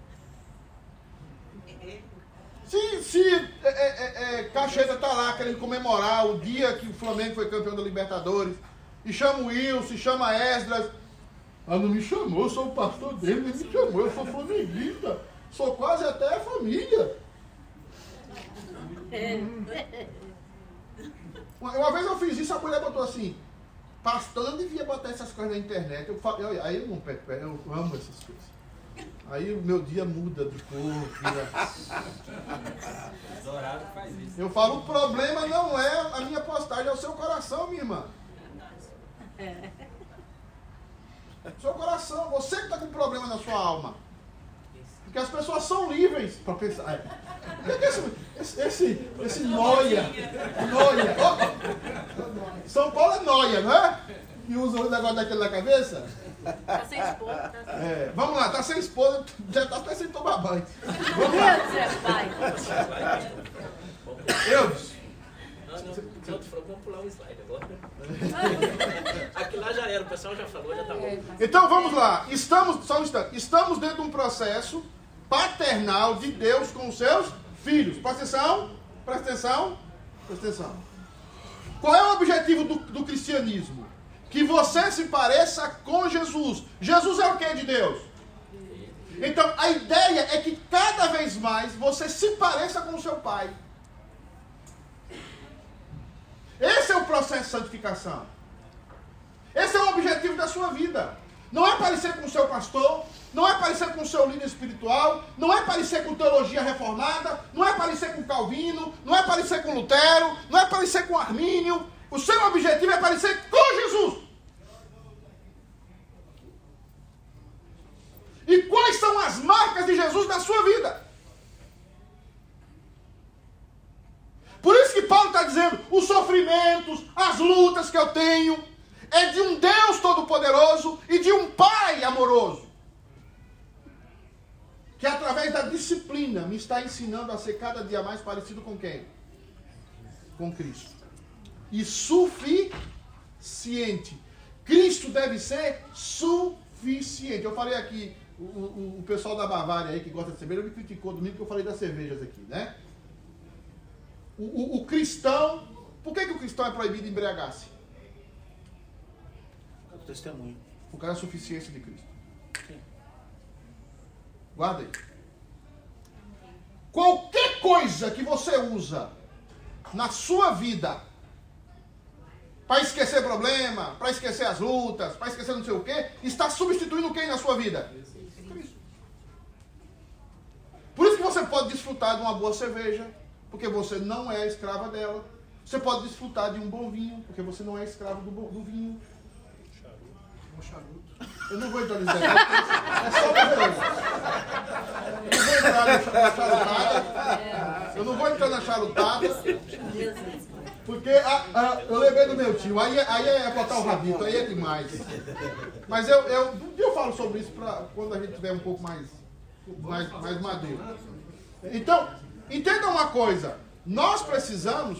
Se Cacheta está lá querendo comemorar o dia que o Flamengo foi campeão da Libertadores, e chama o Wilson, chama Esdras, não me chamou, eu sou o pastor dele, ele me chamou, eu sou flamenguista, sou quase até a família. Uma vez eu fiz isso, a mulher botou assim, pastor não devia botar essas coisas na internet. Aí eu não eu amo essas coisas. Aí o meu dia muda de cor. Dourado faz isso. Eu falo, o problema não é a minha postagem, é o seu coração, minha irmã. Seu coração, você que está com problema na sua alma. Porque as pessoas são livres para pensar. Esse noia. Oh, São Paulo é noia, não é? Que usa o negócio daquele na cabeça. Tá sem esposa. Vamos lá, tá sem esposa, já tá até sem tomar banho. Vamos Meu lá. Deus, pai. Eudes. Não, tu falou, vamos pular um slide agora. Aqui lá já era, o pessoal já falou, já tá bom. Então vamos lá, estamos dentro de um processo paternal de Deus com os seus filhos. Presta atenção, presta atenção, presta atenção. Qual é o objetivo do cristianismo? Que você se pareça com Jesus. Jesus é o que de Deus? Então a ideia é que cada vez mais você se pareça com o seu pai. Esse é o processo de santificação. Esse é o objetivo da sua vida. Não é parecer com o seu pastor, não é parecer com o seu líder espiritual, não é parecer com teologia reformada, não é parecer com Calvino, não é parecer com Lutero, não é parecer com Armínio. O seu objetivo é parecer com Jesus. E quais são as marcas de Jesus na sua vida? Por isso que Paulo está dizendo, os sofrimentos, as lutas que eu tenho, é de um Deus todo-poderoso e de um Pai amoroso. Que através da disciplina me está ensinando a ser cada dia mais parecido com quem? Com Cristo. E suficiente. Cristo deve ser suficiente. Eu falei aqui, o pessoal da Bavária aí que gosta de cerveja, me criticou domingo que eu falei das cervejas aqui, né? O cristão, por que o cristão é proibido de embriagar-se? Testemunho. Por causa da suficiência de Cristo. Guarda aí. Qualquer coisa que você usa na sua vida para esquecer problema, para esquecer as lutas, para esquecer não sei o quê, está substituindo quem na sua vida? Cristo. Por isso que você pode desfrutar de uma boa cerveja, porque você não é escrava dela. Você pode desfrutar de um bom vinho, porque você não é escravo do vinho. Eu não vou entrar nesse detalhe, é só poderoso. Eu não vou entrar na charutada, porque eu lembrei do meu tio, aí é botar o rabito, aí é demais. Mas eu falo sobre isso para quando a gente tiver um pouco mais maduro. Então, entenda uma coisa, nós precisamos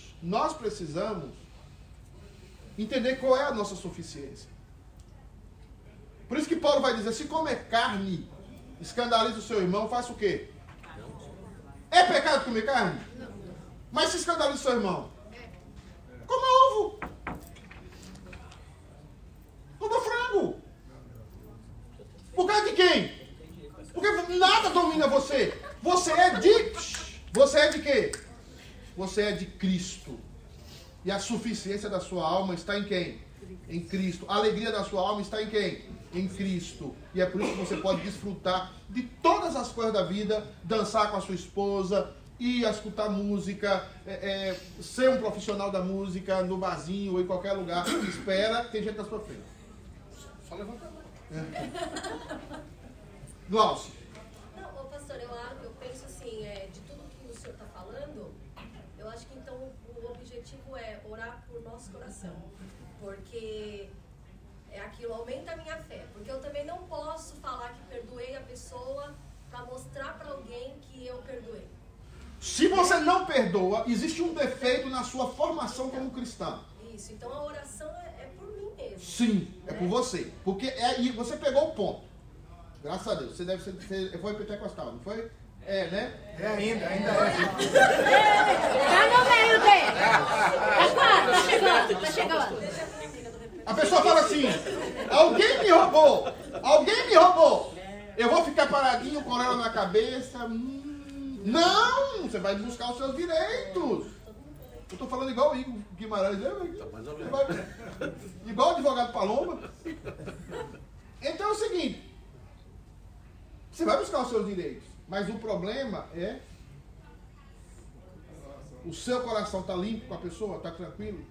entender qual é a nossa suficiência. Por isso que Paulo vai dizer, se comer carne, escandaliza o seu irmão, faça o quê? É pecado comer carne? Mas se escandaliza o seu irmão, coma ovo. Coma frango. Por causa de quem? Porque nada domina você. Você é de quê? Você é de Cristo. E a suficiência da sua alma está em quem? Em Cristo. A alegria da sua alma está em quem? Em Cristo. E é por isso que você pode desfrutar de todas as coisas da vida, dançar com a sua esposa, ir a escutar música, ser um profissional da música no barzinho ou em qualquer lugar. Espera, tem gente na sua frente. Só levanta a mão. Glaucio. Não, pastor, eu penso assim, de tudo que o senhor está falando, eu nosso coração. Porque aquilo aumenta a minha fé. Porque eu também não posso falar que perdoei a pessoa para mostrar para alguém que eu perdoei. Se você não perdoa, existe um defeito na sua formação como cristã. Isso, então a oração é por mim mesmo. Sim, é por você. Porque e você pegou o ponto. Graças a Deus. Você deve ser. Você foi pentecostal, não foi? É, né? É ainda é. Tá no meio dele. Tá chegando. A pessoa fala assim: alguém me roubou. Alguém me roubou. Eu vou ficar paradinho com ela na cabeça. Não! Você vai buscar os seus direitos. Eu tô falando igual o Igor Guimarães. Igual o advogado Paloma. Então é o seguinte. Você vai buscar os seus direitos. Mas o problema é... O seu coração está limpo com a pessoa? Está tranquilo?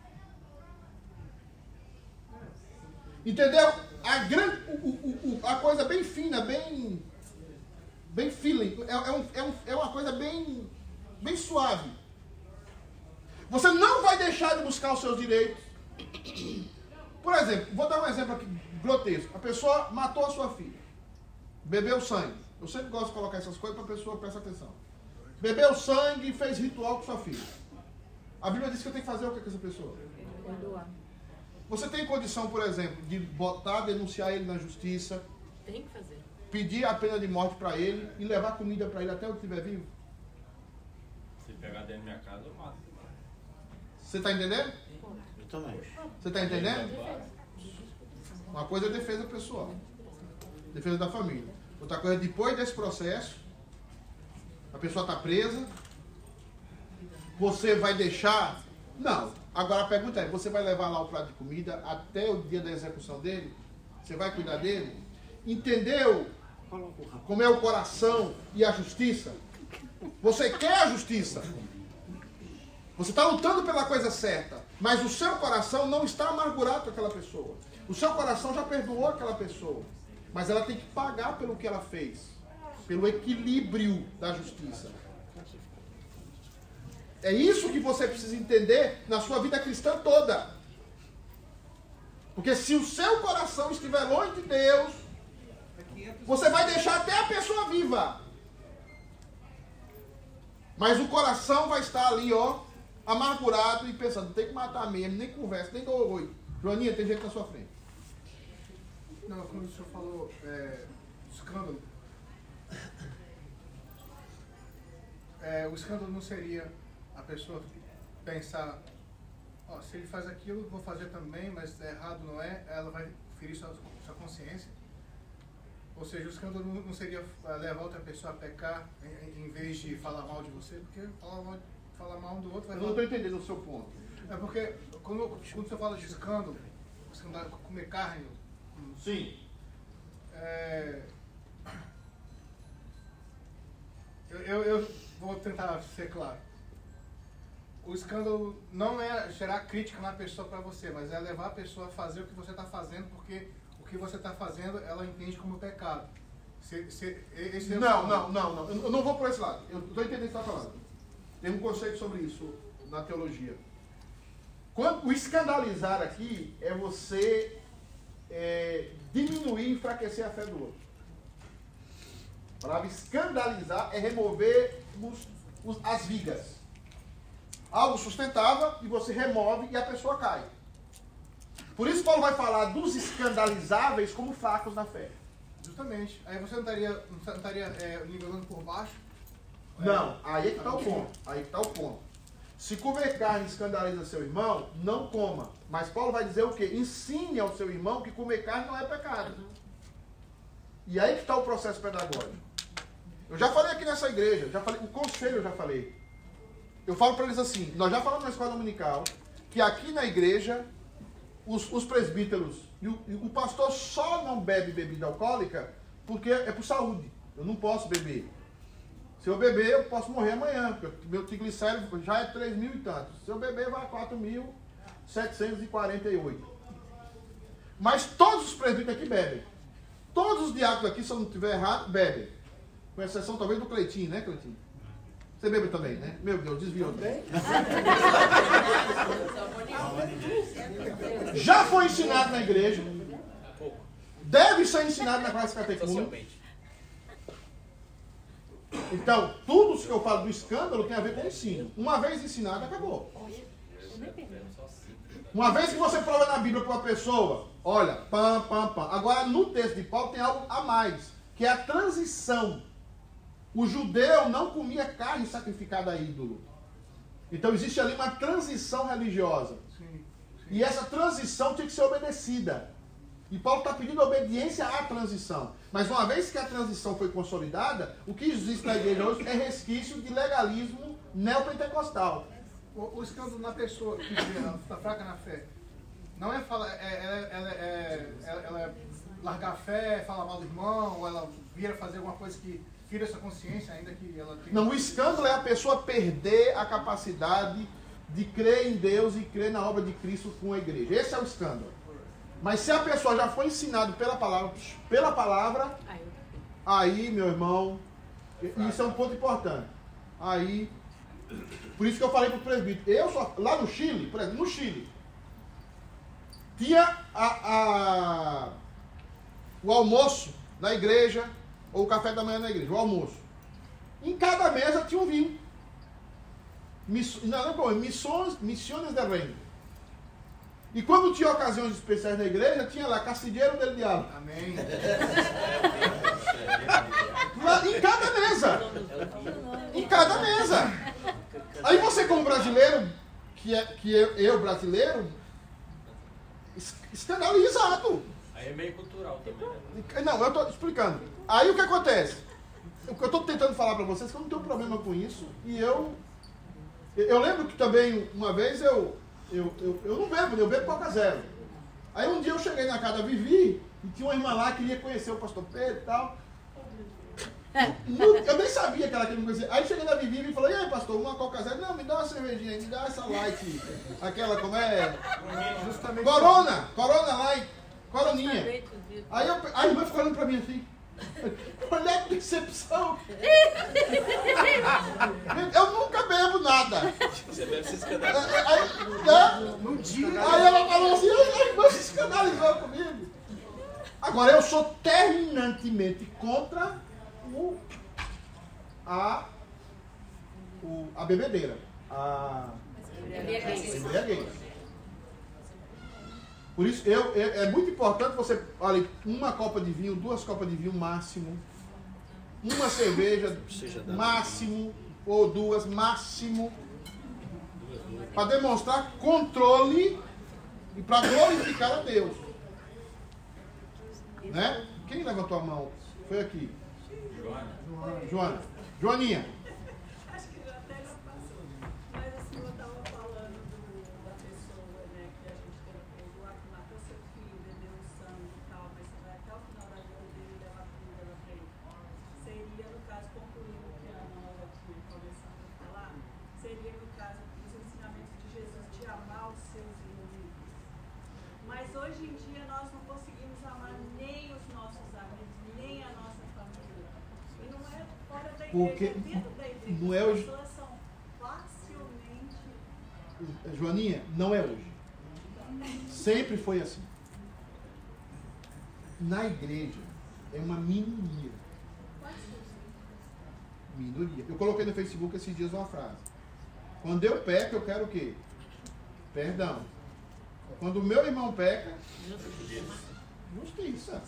Entendeu? A coisa bem fina, bem feeling. É uma coisa bem suave. Você não vai deixar de buscar os seus direitos. Por exemplo, vou dar um exemplo aqui grotesco. A pessoa matou a sua filha. Bebeu sangue. Eu sempre gosto de colocar essas coisas para a pessoa prestar atenção. Bebeu sangue e fez ritual com sua filha. A Bíblia diz que eu tenho que fazer o que com essa pessoa? Perdoar. Você tem condição, por exemplo, de denunciar ele na justiça? Tem que fazer. Pedir a pena de morte para ele e levar comida para ele até eu estiver vivo? Se pegar dentro da minha casa, eu mato. Você está entendendo? Eu também. Você está entendendo? Uma coisa é defesa pessoal. Defesa da família. Outra coisa, depois desse processo, a pessoa está presa, você vai deixar... Não. Agora a pergunta é, você vai levar lá o prato de comida até o dia da execução dele? Você vai cuidar dele? Entendeu como é o coração e a justiça? Você quer a justiça. Você está lutando pela coisa certa, mas o seu coração não está amargurado com aquela pessoa. O seu coração já perdoou aquela pessoa. Mas ela tem que pagar pelo que ela fez. Pelo equilíbrio da justiça. É isso que você precisa entender na sua vida cristã toda. Porque se o seu coração estiver longe de Deus, você vai deixar até a pessoa viva. Mas o coração vai estar ali, ó, amargurado e pensando, tem que matar mesmo, nem conversa, nem dou oi. Joaninha, tem gente na sua frente. Não, quando o senhor falou escândalo, o escândalo não seria a pessoa pensar, ó, se ele faz aquilo, vou fazer também, mas errado não é, ela vai ferir sua consciência. Ou seja, o escândalo não seria levar outra pessoa a pecar em vez de falar mal de você, porque falar mal um do outro vai... Eu não estou entendendo o seu ponto. É porque quando o senhor fala de escândalo, comer carne... Sim. Eu vou tentar ser claro. O escândalo não é gerar crítica na pessoa para você, mas é levar a pessoa a fazer o que você está fazendo, porque o que você está fazendo ela entende como pecado. Não. Eu não vou por esse lado. Eu estou entendendo o que você está falando. Tem um conceito sobre isso na teologia. O escandalizar aqui é você diminuir e enfraquecer a fé do outro. A palavra escandalizar é remover as vigas. Algo sustentável e você remove e a pessoa cai. Por isso Paulo vai falar dos escandalizáveis como fracos na fé. Justamente. Aí você não estaria nivelando por baixo? Não, aí é que está o ponto. Aí que está o ponto. Se comer carne escandaliza seu irmão, não coma. Mas Paulo vai dizer o quê? Ensine ao seu irmão que comer carne não é pecado. E aí que está o processo pedagógico. Eu já falei aqui nessa igreja, o conselho eu já falei. Eu falo para eles assim, nós já falamos na escola dominical, que aqui na igreja, os presbíteros e o pastor só não bebe bebida alcoólica porque é por saúde. Eu não posso beber. Se eu beber, eu posso morrer amanhã, porque meu triglicérido já é 3.000 e tantos. Se eu beber, vai a 4.748. Mas todos os presbíteros aqui bebem. Todos os diáconos aqui, se eu não estiver errado, bebem. Com exceção talvez do Cleitinho, né, Cleitinho? Você bebe também, né? Meu Deus, desviou. Já foi ensinado na igreja. Deve ser ensinado na classe catecúmena. Então, tudo que eu falo do escândalo tem a ver com o ensino. Uma vez ensinado, acabou. Uma vez que você prova na Bíblia para uma pessoa, olha, pam, pam, pam. Agora, no texto de Paulo tem algo a mais, que é a transição. O judeu não comia carne sacrificada a ídolo. Então, existe ali uma transição religiosa. E essa transição tinha que ser obedecida. E Paulo está pedindo obediência à transição. Mas uma vez que a transição foi consolidada, o que existe na igreja hoje é resquício de legalismo neopentecostal. O escândalo na pessoa que está fraca na fé não é falar, ela é largar a fé, falar mal do irmão, ou ela vir a fazer alguma coisa que tira essa consciência, ainda que ela tenha... Não, o escândalo é a pessoa perder a capacidade de crer em Deus e crer na obra de Cristo com a igreja. Esse é o escândalo. Mas se a pessoa já foi ensinada pela palavra, aí, meu irmão, isso é um ponto importante. Aí, por isso que eu falei para o presbítero, lá no Chile, por exemplo, no Chile, tinha o almoço na igreja, ou o café da manhã na igreja, o almoço. Em cada mesa tinha um vinho. Missões del Reino. E quando tinha ocasiões especiais na igreja, tinha lá Castilheiro del Diabo. Amém. Lá, em cada mesa. Em cada mesa. Aí você como brasileiro, eu brasileiro, escandalizado. Aí é meio cultural também, né? Não, eu estou explicando. Aí o que acontece? O que eu estou tentando falar para vocês é que eu não tenho problema com isso. E eu lembro que também, uma vez, eu não bebo, eu bebo Coca Zero. Aí um dia eu cheguei na casa da Vivi e tinha uma irmã lá que queria conhecer o pastor Pedro e tal. Eu nem sabia que ela queria me conhecer. Aí cheguei na Vivi e falei, e aí pastor, uma Coca Zero? Não, me dá uma cervejinha, me dá essa light, aquela como é? Justamente Corona Light, Coroninha. Aí a irmã ficou olhando pra mim assim. Olha que decepção. Eu nunca bebo nada. Você bebe se escandalizar. Aí ela falou assim, a irmã se escandalizou comigo. Agora eu sou terminantemente contra a bebedeira. A embriaguez. Por isso, é muito importante você, olha, uma copa de vinho, 2 copas de vinho máximo, uma cerveja máximo, ou 2 máximo, para demonstrar controle e para glorificar a Deus. Né? Quem levantou a mão? Foi aqui. Joana. Joaninha. Acho que já até já passou. Mas assim, eu estava falando da pessoa, né, que a gente tem que perdoar, que matou seu filho, bebeu o sangue e tal, mas você vai até o final da vida dele e levar tudo dela pra ele. Seria, no caso, concluindo o que a nós aqui começamos a falar, seria, no caso, os ensinamentos de Jesus de amar os seus inimigos. Mas hoje em dia nós não conseguimos amar nem os nossos amigos, nem a nossa família. E não é fora da igreja, Porque é dentro da igreja. não é hoje. As pessoas são facilmente... Joaninha, não é hoje. Sempre foi assim. Na igreja é uma minoria. Minoria. Eu coloquei no Facebook esses dias uma frase. Quando eu peco, eu quero o quê? Perdão. Quando o meu irmão peca, justiça.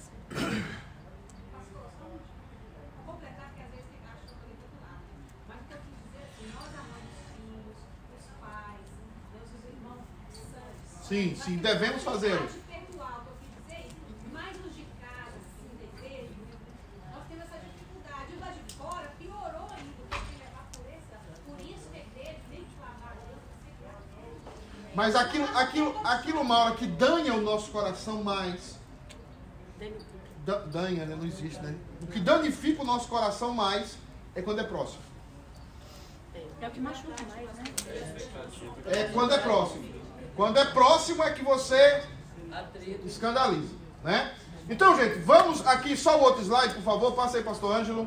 Completar que às vezes tem acha que do lado. Mas o que eu quis dizer assim, nós amamos os filhos, os pais, os irmãos santos. Sim, devemos fazê-lo. Perdoar, o que eu quis dizer, mas os de casa, assim, de igreja, nós temos essa dificuldade. O da de fora piorou ainda, porque levar por isso que a igreja tem que clamar a Deus, Mas aquilo Maura, que danha o nosso coração mais. Danha, né? Não existe, né? O que danifica o nosso coração mais é quando é próximo. É o que machuca mais, né? É quando é próximo. Quando é próximo é que você escandaliza, né? Então, gente, vamos aqui, só o outro slide, por favor. Passa aí, pastor Ângelo.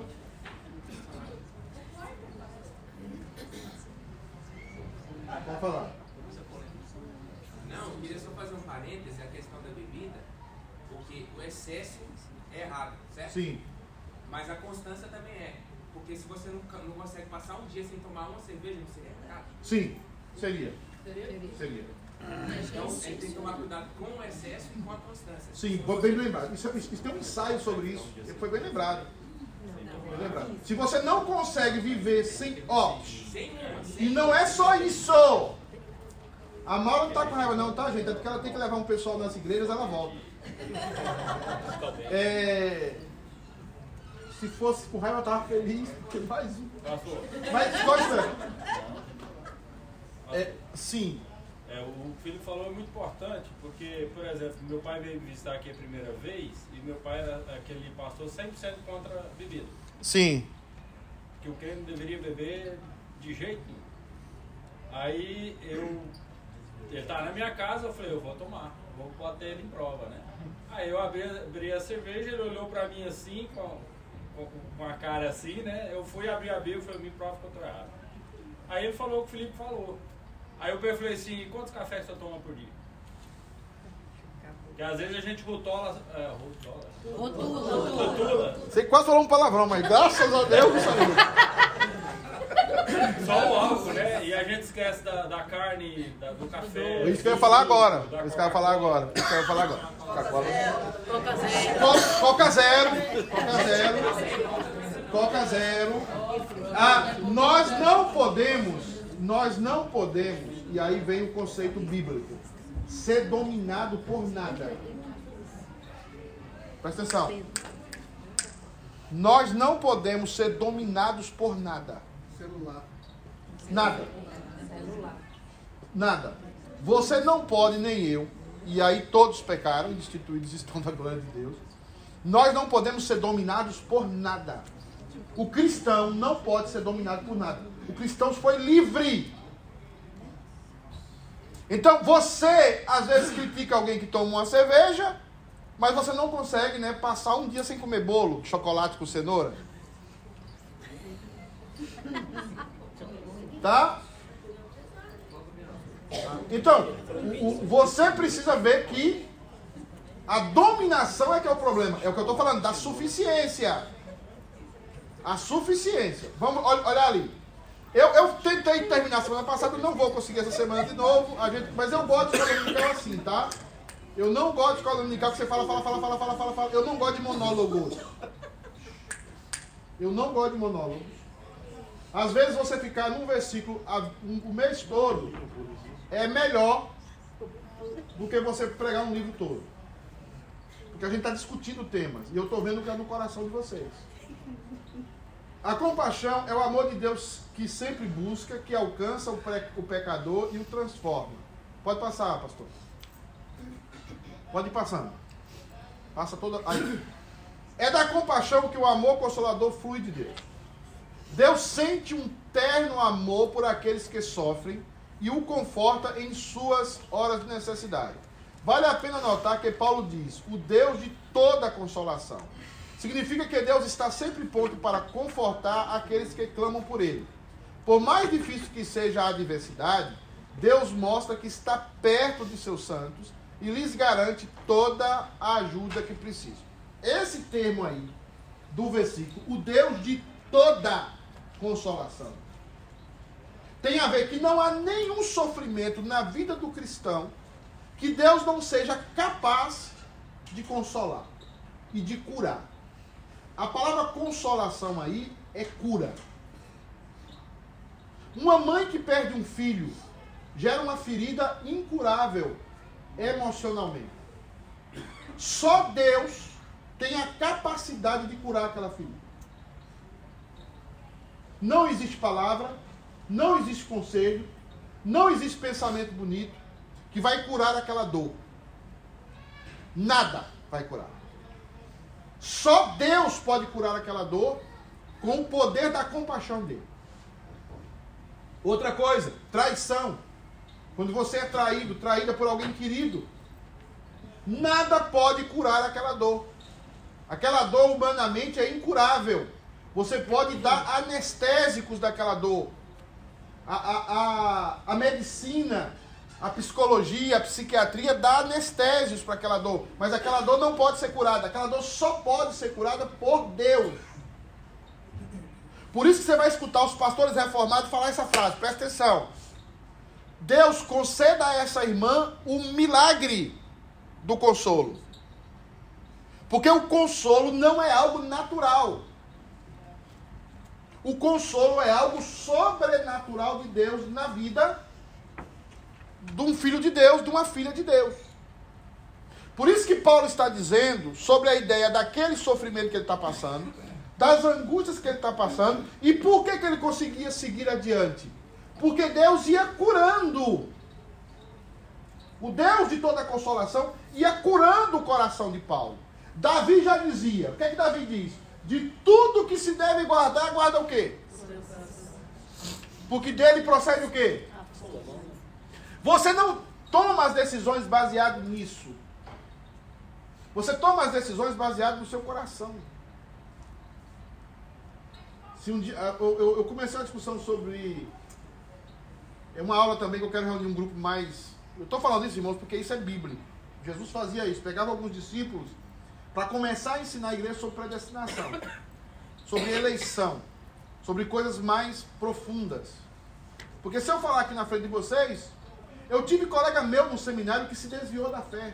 Pode falar. excesso é errado, certo? Sim. Mas a constância também é. Porque se você não consegue passar um dia sem tomar uma cerveja, não seria pecado? Sim, seria. Seria. Então, a gente tem que tomar cuidado com o excesso e com a constância. Sim, bem lembrado. Isso tem um ensaio sobre isso. Foi bem lembrado. Bem lembrado. Se você não consegue viver sem... Ó, e não é só isso. A Maura não tá com raiva não, tá, gente? É porque ela tem que levar um pessoal nas igrejas, ela volta. Se fosse com raiva, eu tava feliz, porque mais um. Mas gosta. Sim. O que ele falou é muito importante, porque, por exemplo, meu pai veio me visitar aqui a primeira vez e meu pai era aquele pastor 100% contra a bebida. Sim. Que o crente não deveria beber de jeito nenhum. Aí ele tá na minha casa, eu falei, eu vou tomar, vou botar ele em prova, né? Aí eu abri a cerveja, ele olhou pra mim assim, com a cara assim, né? Eu fui abrir a Bíblia e falei, me prova que eu tô errado. Aí ele falou o que o Felipe falou. Aí eu falei assim, quantos cafés você toma por dia? Porque às vezes a gente rotula. Você quase falou um palavrão, mas graças a Deus isso aí. Só o álcool, né? E a gente esquece da carne, do café. Isso que eu ia falar agora. Coca zero. Nós não podemos, e aí vem o conceito bíblico, ser dominado por nada. Presta atenção. Nós não podemos ser dominados por nada. Celular. Nada. Você não pode, nem eu, e aí todos pecaram, destituídos estão da glória de Deus. Nós não podemos ser dominados por nada. O cristão não pode ser dominado por nada. O cristão foi livre. Então você, às vezes, critica alguém que toma uma cerveja, mas você não consegue, né, passar um dia sem comer bolo, chocolate com cenoura. Tá? Então, você precisa ver que a dominação é que é o problema. É o que eu estou falando, da suficiência. A suficiência. Vamos olhar ali. Eu tentei terminar semana passada, eu não vou conseguir essa semana de novo, mas eu gosto de escola dominical assim, tá? Eu não gosto de escola dominical que você fala. Eu não gosto de monólogos. Às vezes você ficar num versículo o mês todo é melhor do que você pregar um livro todo. Porque a gente está discutindo temas e eu estou vendo o que é no coração de vocês. A compaixão é o amor de Deus que sempre busca, que alcança o pecador e o transforma. Pode passar, pastor. Pode ir passando. Passa toda... Aí. É da compaixão que o amor consolador flui de Deus. Deus sente um terno amor por aqueles que sofrem e o conforta em suas horas de necessidade. Vale a pena notar que Paulo diz, o Deus de toda consolação. Significa que Deus está sempre pronto para confortar aqueles que clamam por Ele. Por mais difícil que seja a adversidade, Deus mostra que está perto de seus santos e lhes garante toda a ajuda que precisam. Esse termo aí, do versículo, o Deus de toda consolação, tem a ver que não há nenhum sofrimento na vida do cristão que Deus não seja capaz de consolar e de curar. A palavra consolação aí é cura. Uma mãe que perde um filho gera uma ferida incurável emocionalmente. Só Deus tem a capacidade de curar aquela ferida. Não existe palavra, não existe conselho, não existe pensamento bonito que vai curar aquela dor. Nada vai curar. Só Deus pode curar aquela dor com o poder da compaixão dele. Outra coisa, traição. Quando você é traída por alguém querido, nada pode curar aquela dor. Aquela dor humanamente é incurável. Você pode dar anestésicos daquela dor. A medicina, A psicologia, a psiquiatria dá anestésios para aquela dor. Mas aquela dor não pode ser curada. Aquela dor só pode ser curada por Deus. Por isso que você vai escutar os pastores reformados falar essa frase. Presta atenção. Deus conceda a essa irmã o milagre do consolo. Porque o consolo não é algo natural. O consolo é algo sobrenatural de Deus na vida de um filho de Deus, de uma filha de Deus. Por isso que Paulo está dizendo sobre a ideia daquele sofrimento que ele está passando, das angústias que ele está passando, e por que ele conseguia seguir adiante. Porque Deus ia curando. O Deus de toda a consolação ia curando o coração de Paulo. Davi já dizia, o que é que Davi diz? De tudo que se deve guardar, guarda o quê? Porque dele procede o quê? Você não toma as decisões baseado nisso. Você toma as decisões baseado no seu coração. Se um dia, eu comecei uma discussão sobre... É uma aula também que eu quero reunir um grupo mais... Eu estou falando isso, irmãos, porque isso é bíblico. Jesus fazia isso. Pegava alguns discípulos para começar a ensinar a igreja sobre predestinação, sobre eleição, sobre coisas mais profundas. Porque se eu falar aqui na frente de vocês, eu tive colega meu no seminário que se desviou da fé.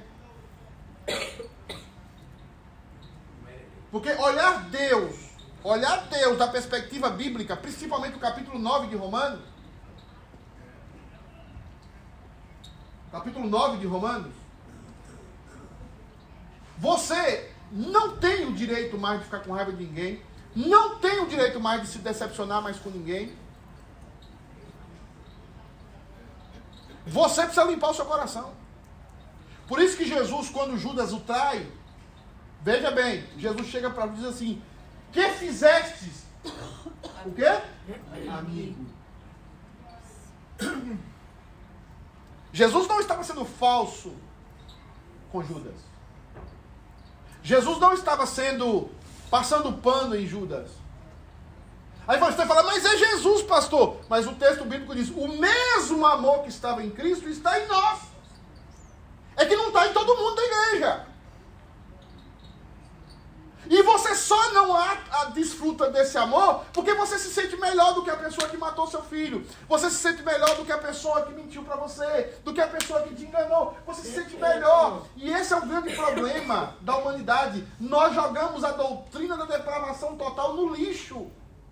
Porque olhar Deus da perspectiva bíblica, principalmente o capítulo 9 de Romanos, capítulo 9 de Romanos, você não tem o direito mais de ficar com raiva de ninguém, não tem o direito mais de se decepcionar mais com ninguém. Você precisa limpar o seu coração. Por isso que Jesus, quando Judas o trai, veja bem, Jesus chega para ele e diz assim: que fizestes? O quê? Amigo. Jesus não estava sendo falso com Judas. Jesus não estava passando pano em Judas. Aí você fala, mas é Jesus, pastor. Mas o texto bíblico diz, o mesmo amor que estava em Cristo está em nós. É que não está em todo mundo da igreja. E você só não desfruta desse amor porque você se sente melhor do que a pessoa que matou seu filho. Você se sente melhor do que a pessoa que mentiu para você, do que a pessoa que te enganou. Você se sente melhor. E esse é o grande problema da humanidade. Nós jogamos a doutrina da depravação total no lixo.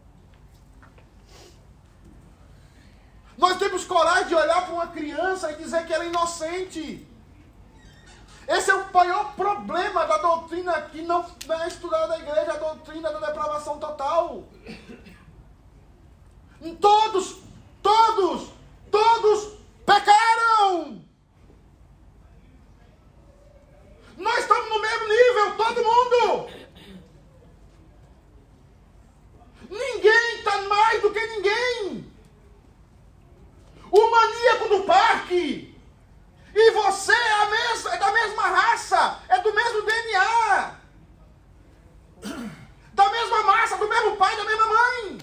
Nós temos coragem de olhar para uma criança e dizer que ela é inocente. Esse é o maior problema da doutrina que não é estudada na igreja, a doutrina da depravação total. Todos pecaram. Nós estamos no mesmo nível, todo mundo. Ninguém está mais do que ninguém. O maníaco do parque. E você é da mesma raça, é do mesmo DNA, da mesma massa, do mesmo pai, da mesma mãe.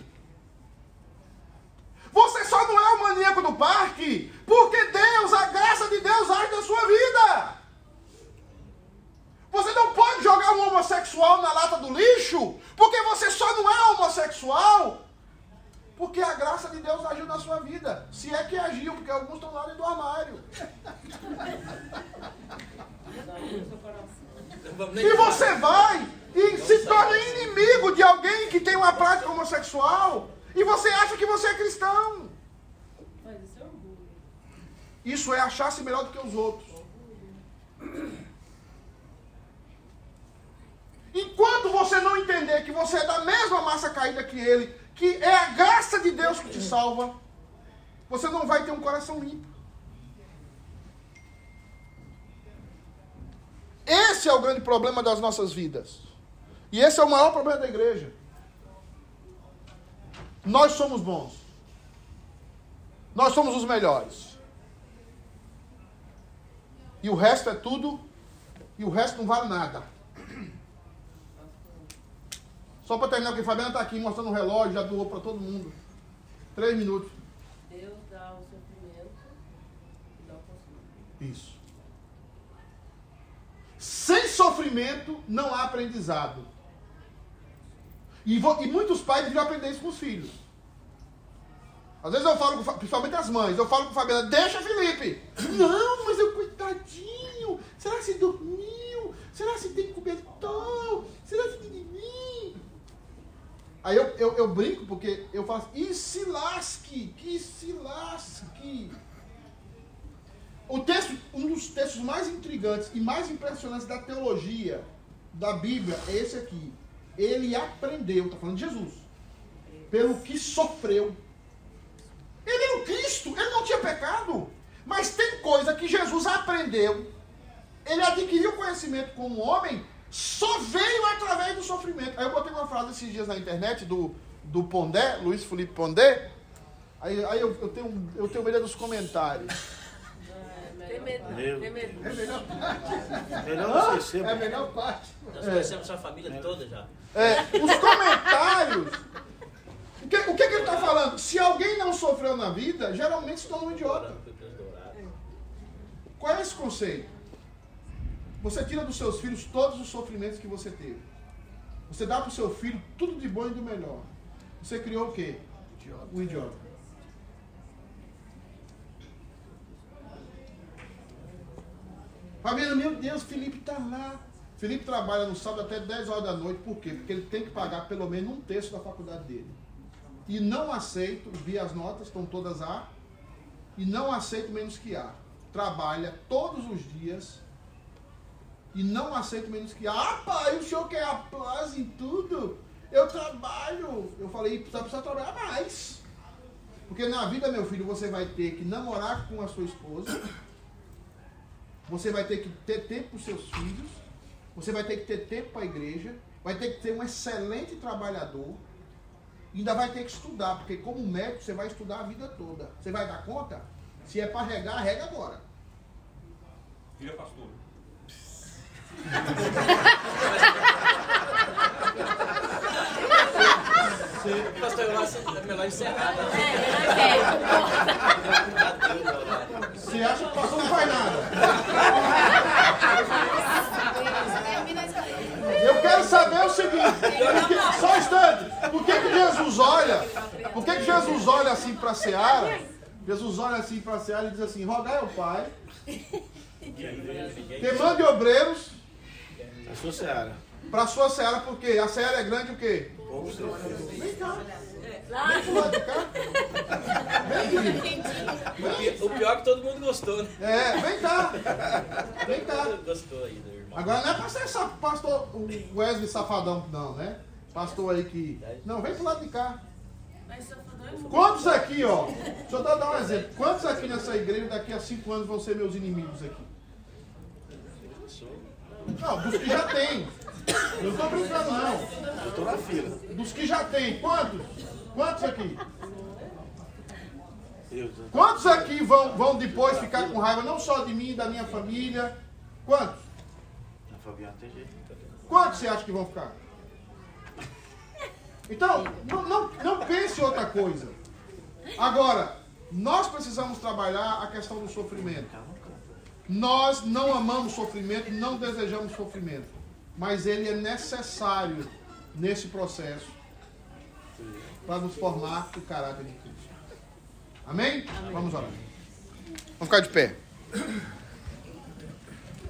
Você só não é o maníaco do parque porque Deus, a graça de Deus age na sua vida. Você não pode jogar um homossexual na lata do lixo porque você só não é homossexual porque a graça de Deus agiu na sua vida. Se é que agiu, porque alguns estão lá dentro do armário. E você vai e se torna inimigo de alguém que tem uma prática homossexual e você acha que você é cristão. Isso é achar-se melhor do que os outros. Enquanto você não entender que você é da mesma massa caída que ele, que é a graça de Deus que te salva, você não vai ter um coração limpo. Esse é o grande problema das nossas vidas. E esse é o maior problema da igreja. Nós somos bons. Nós somos os melhores. E o resto é tudo, e o resto não vale nada. Só para terminar, porque a Fabiana está aqui mostrando o relógio, já doou para todo mundo. 3 minutos. Deus dá o sofrimento e dá o consolo. Isso. Sem sofrimento não há aprendizado. E muitos pais deviam aprender isso com os filhos. Às vezes eu falo, principalmente as mães, eu falo com a Fabiana, deixa Felipe. Não, mas eu, coitadinho, será que você dormiu? Será que você tem cobertor? Será que você tem mim? Aí eu brinco porque eu falo assim, e se lasque, que se lasque. O texto, um dos textos mais intrigantes e mais impressionantes da teologia da Bíblia é esse aqui. Ele aprendeu, está falando de Jesus, pelo que sofreu. Ele era o Cristo, ele não tinha pecado. Mas tem coisa que Jesus aprendeu. Ele adquiriu conhecimento como homem, só veio através do sofrimento. Aí eu botei uma frase esses dias na internet do Pondé, Luiz Felipe Pondé. Aí eu tenho medo dos comentários. Tem medo, não. Tem medo. É a melhor parte. Melhor esquecer. É a melhor parte. Nós conhecemos sua família toda já. Os comentários. O que ele está falando? Se alguém não sofreu na vida, geralmente se torna um idiota. Qual é esse conceito? Você tira dos seus filhos todos os sofrimentos que você teve. Você dá para o seu filho tudo de bom e do melhor. Você criou o quê? Um idiota. Fabiana, meu Deus, Felipe está lá. Felipe trabalha no sábado até 10 horas da noite. Por quê? Porque ele tem que pagar pelo menos um terço da faculdade dele. E não aceito, vi as notas, estão todas A, e não aceito menos que A. Trabalha todos os dias e não aceito menos que A. Ah, pai, o senhor quer aplauso em tudo? Eu trabalho. Eu falei, precisa trabalhar mais. Porque na vida, meu filho, você vai ter que namorar com a sua esposa, você vai ter que ter tempo para os seus filhos, você vai ter que ter tempo para a igreja, vai ter que ter um excelente trabalhador, ainda vai ter que estudar, porque como médico você vai estudar a vida toda. Você vai dar conta? Se é para regar, rega agora. Vira pastor. Pastor, eu acho melhor encerrar. Você acha que o pastor não faz nada? Eu quero saber o seguinte, só um instante, por que Jesus olha assim para a seara? Jesus olha assim para a seara e diz assim, rogai ao Pai, que mande obreiros para a sua seara, porque a seara é grande o quê? Vem cá. Vem pro lado de cá. Vem. O pior é que todo mundo gostou, né? Vem cá. Vem cá. Gostou aí do irmão. Agora não é pra ser pastor Wesley Safadão, não, né? Pastor aí que... Não, vem pro lado de cá. Quantos aqui, ó? Deixa eu dar um exemplo. Quantos aqui nessa igreja daqui a 5 anos vão ser meus inimigos aqui? Não, dos que já tem. Eu não tô brincando, não. Eu tô na fila. Dos que já tem. Quantos? Quantos aqui? Quantos aqui vão depois ficar com raiva não só de mim, da minha família? Quantos? A Fabiana tem jeito. Quantos você acha que vão ficar? Então, não pense outra coisa. Agora, nós precisamos trabalhar a questão do sofrimento. Nós não amamos sofrimento, não desejamos sofrimento. Mas ele é necessário nesse processo para nos formar o caráter de Cristo. Amém? Vamos orar. Vamos ficar de pé.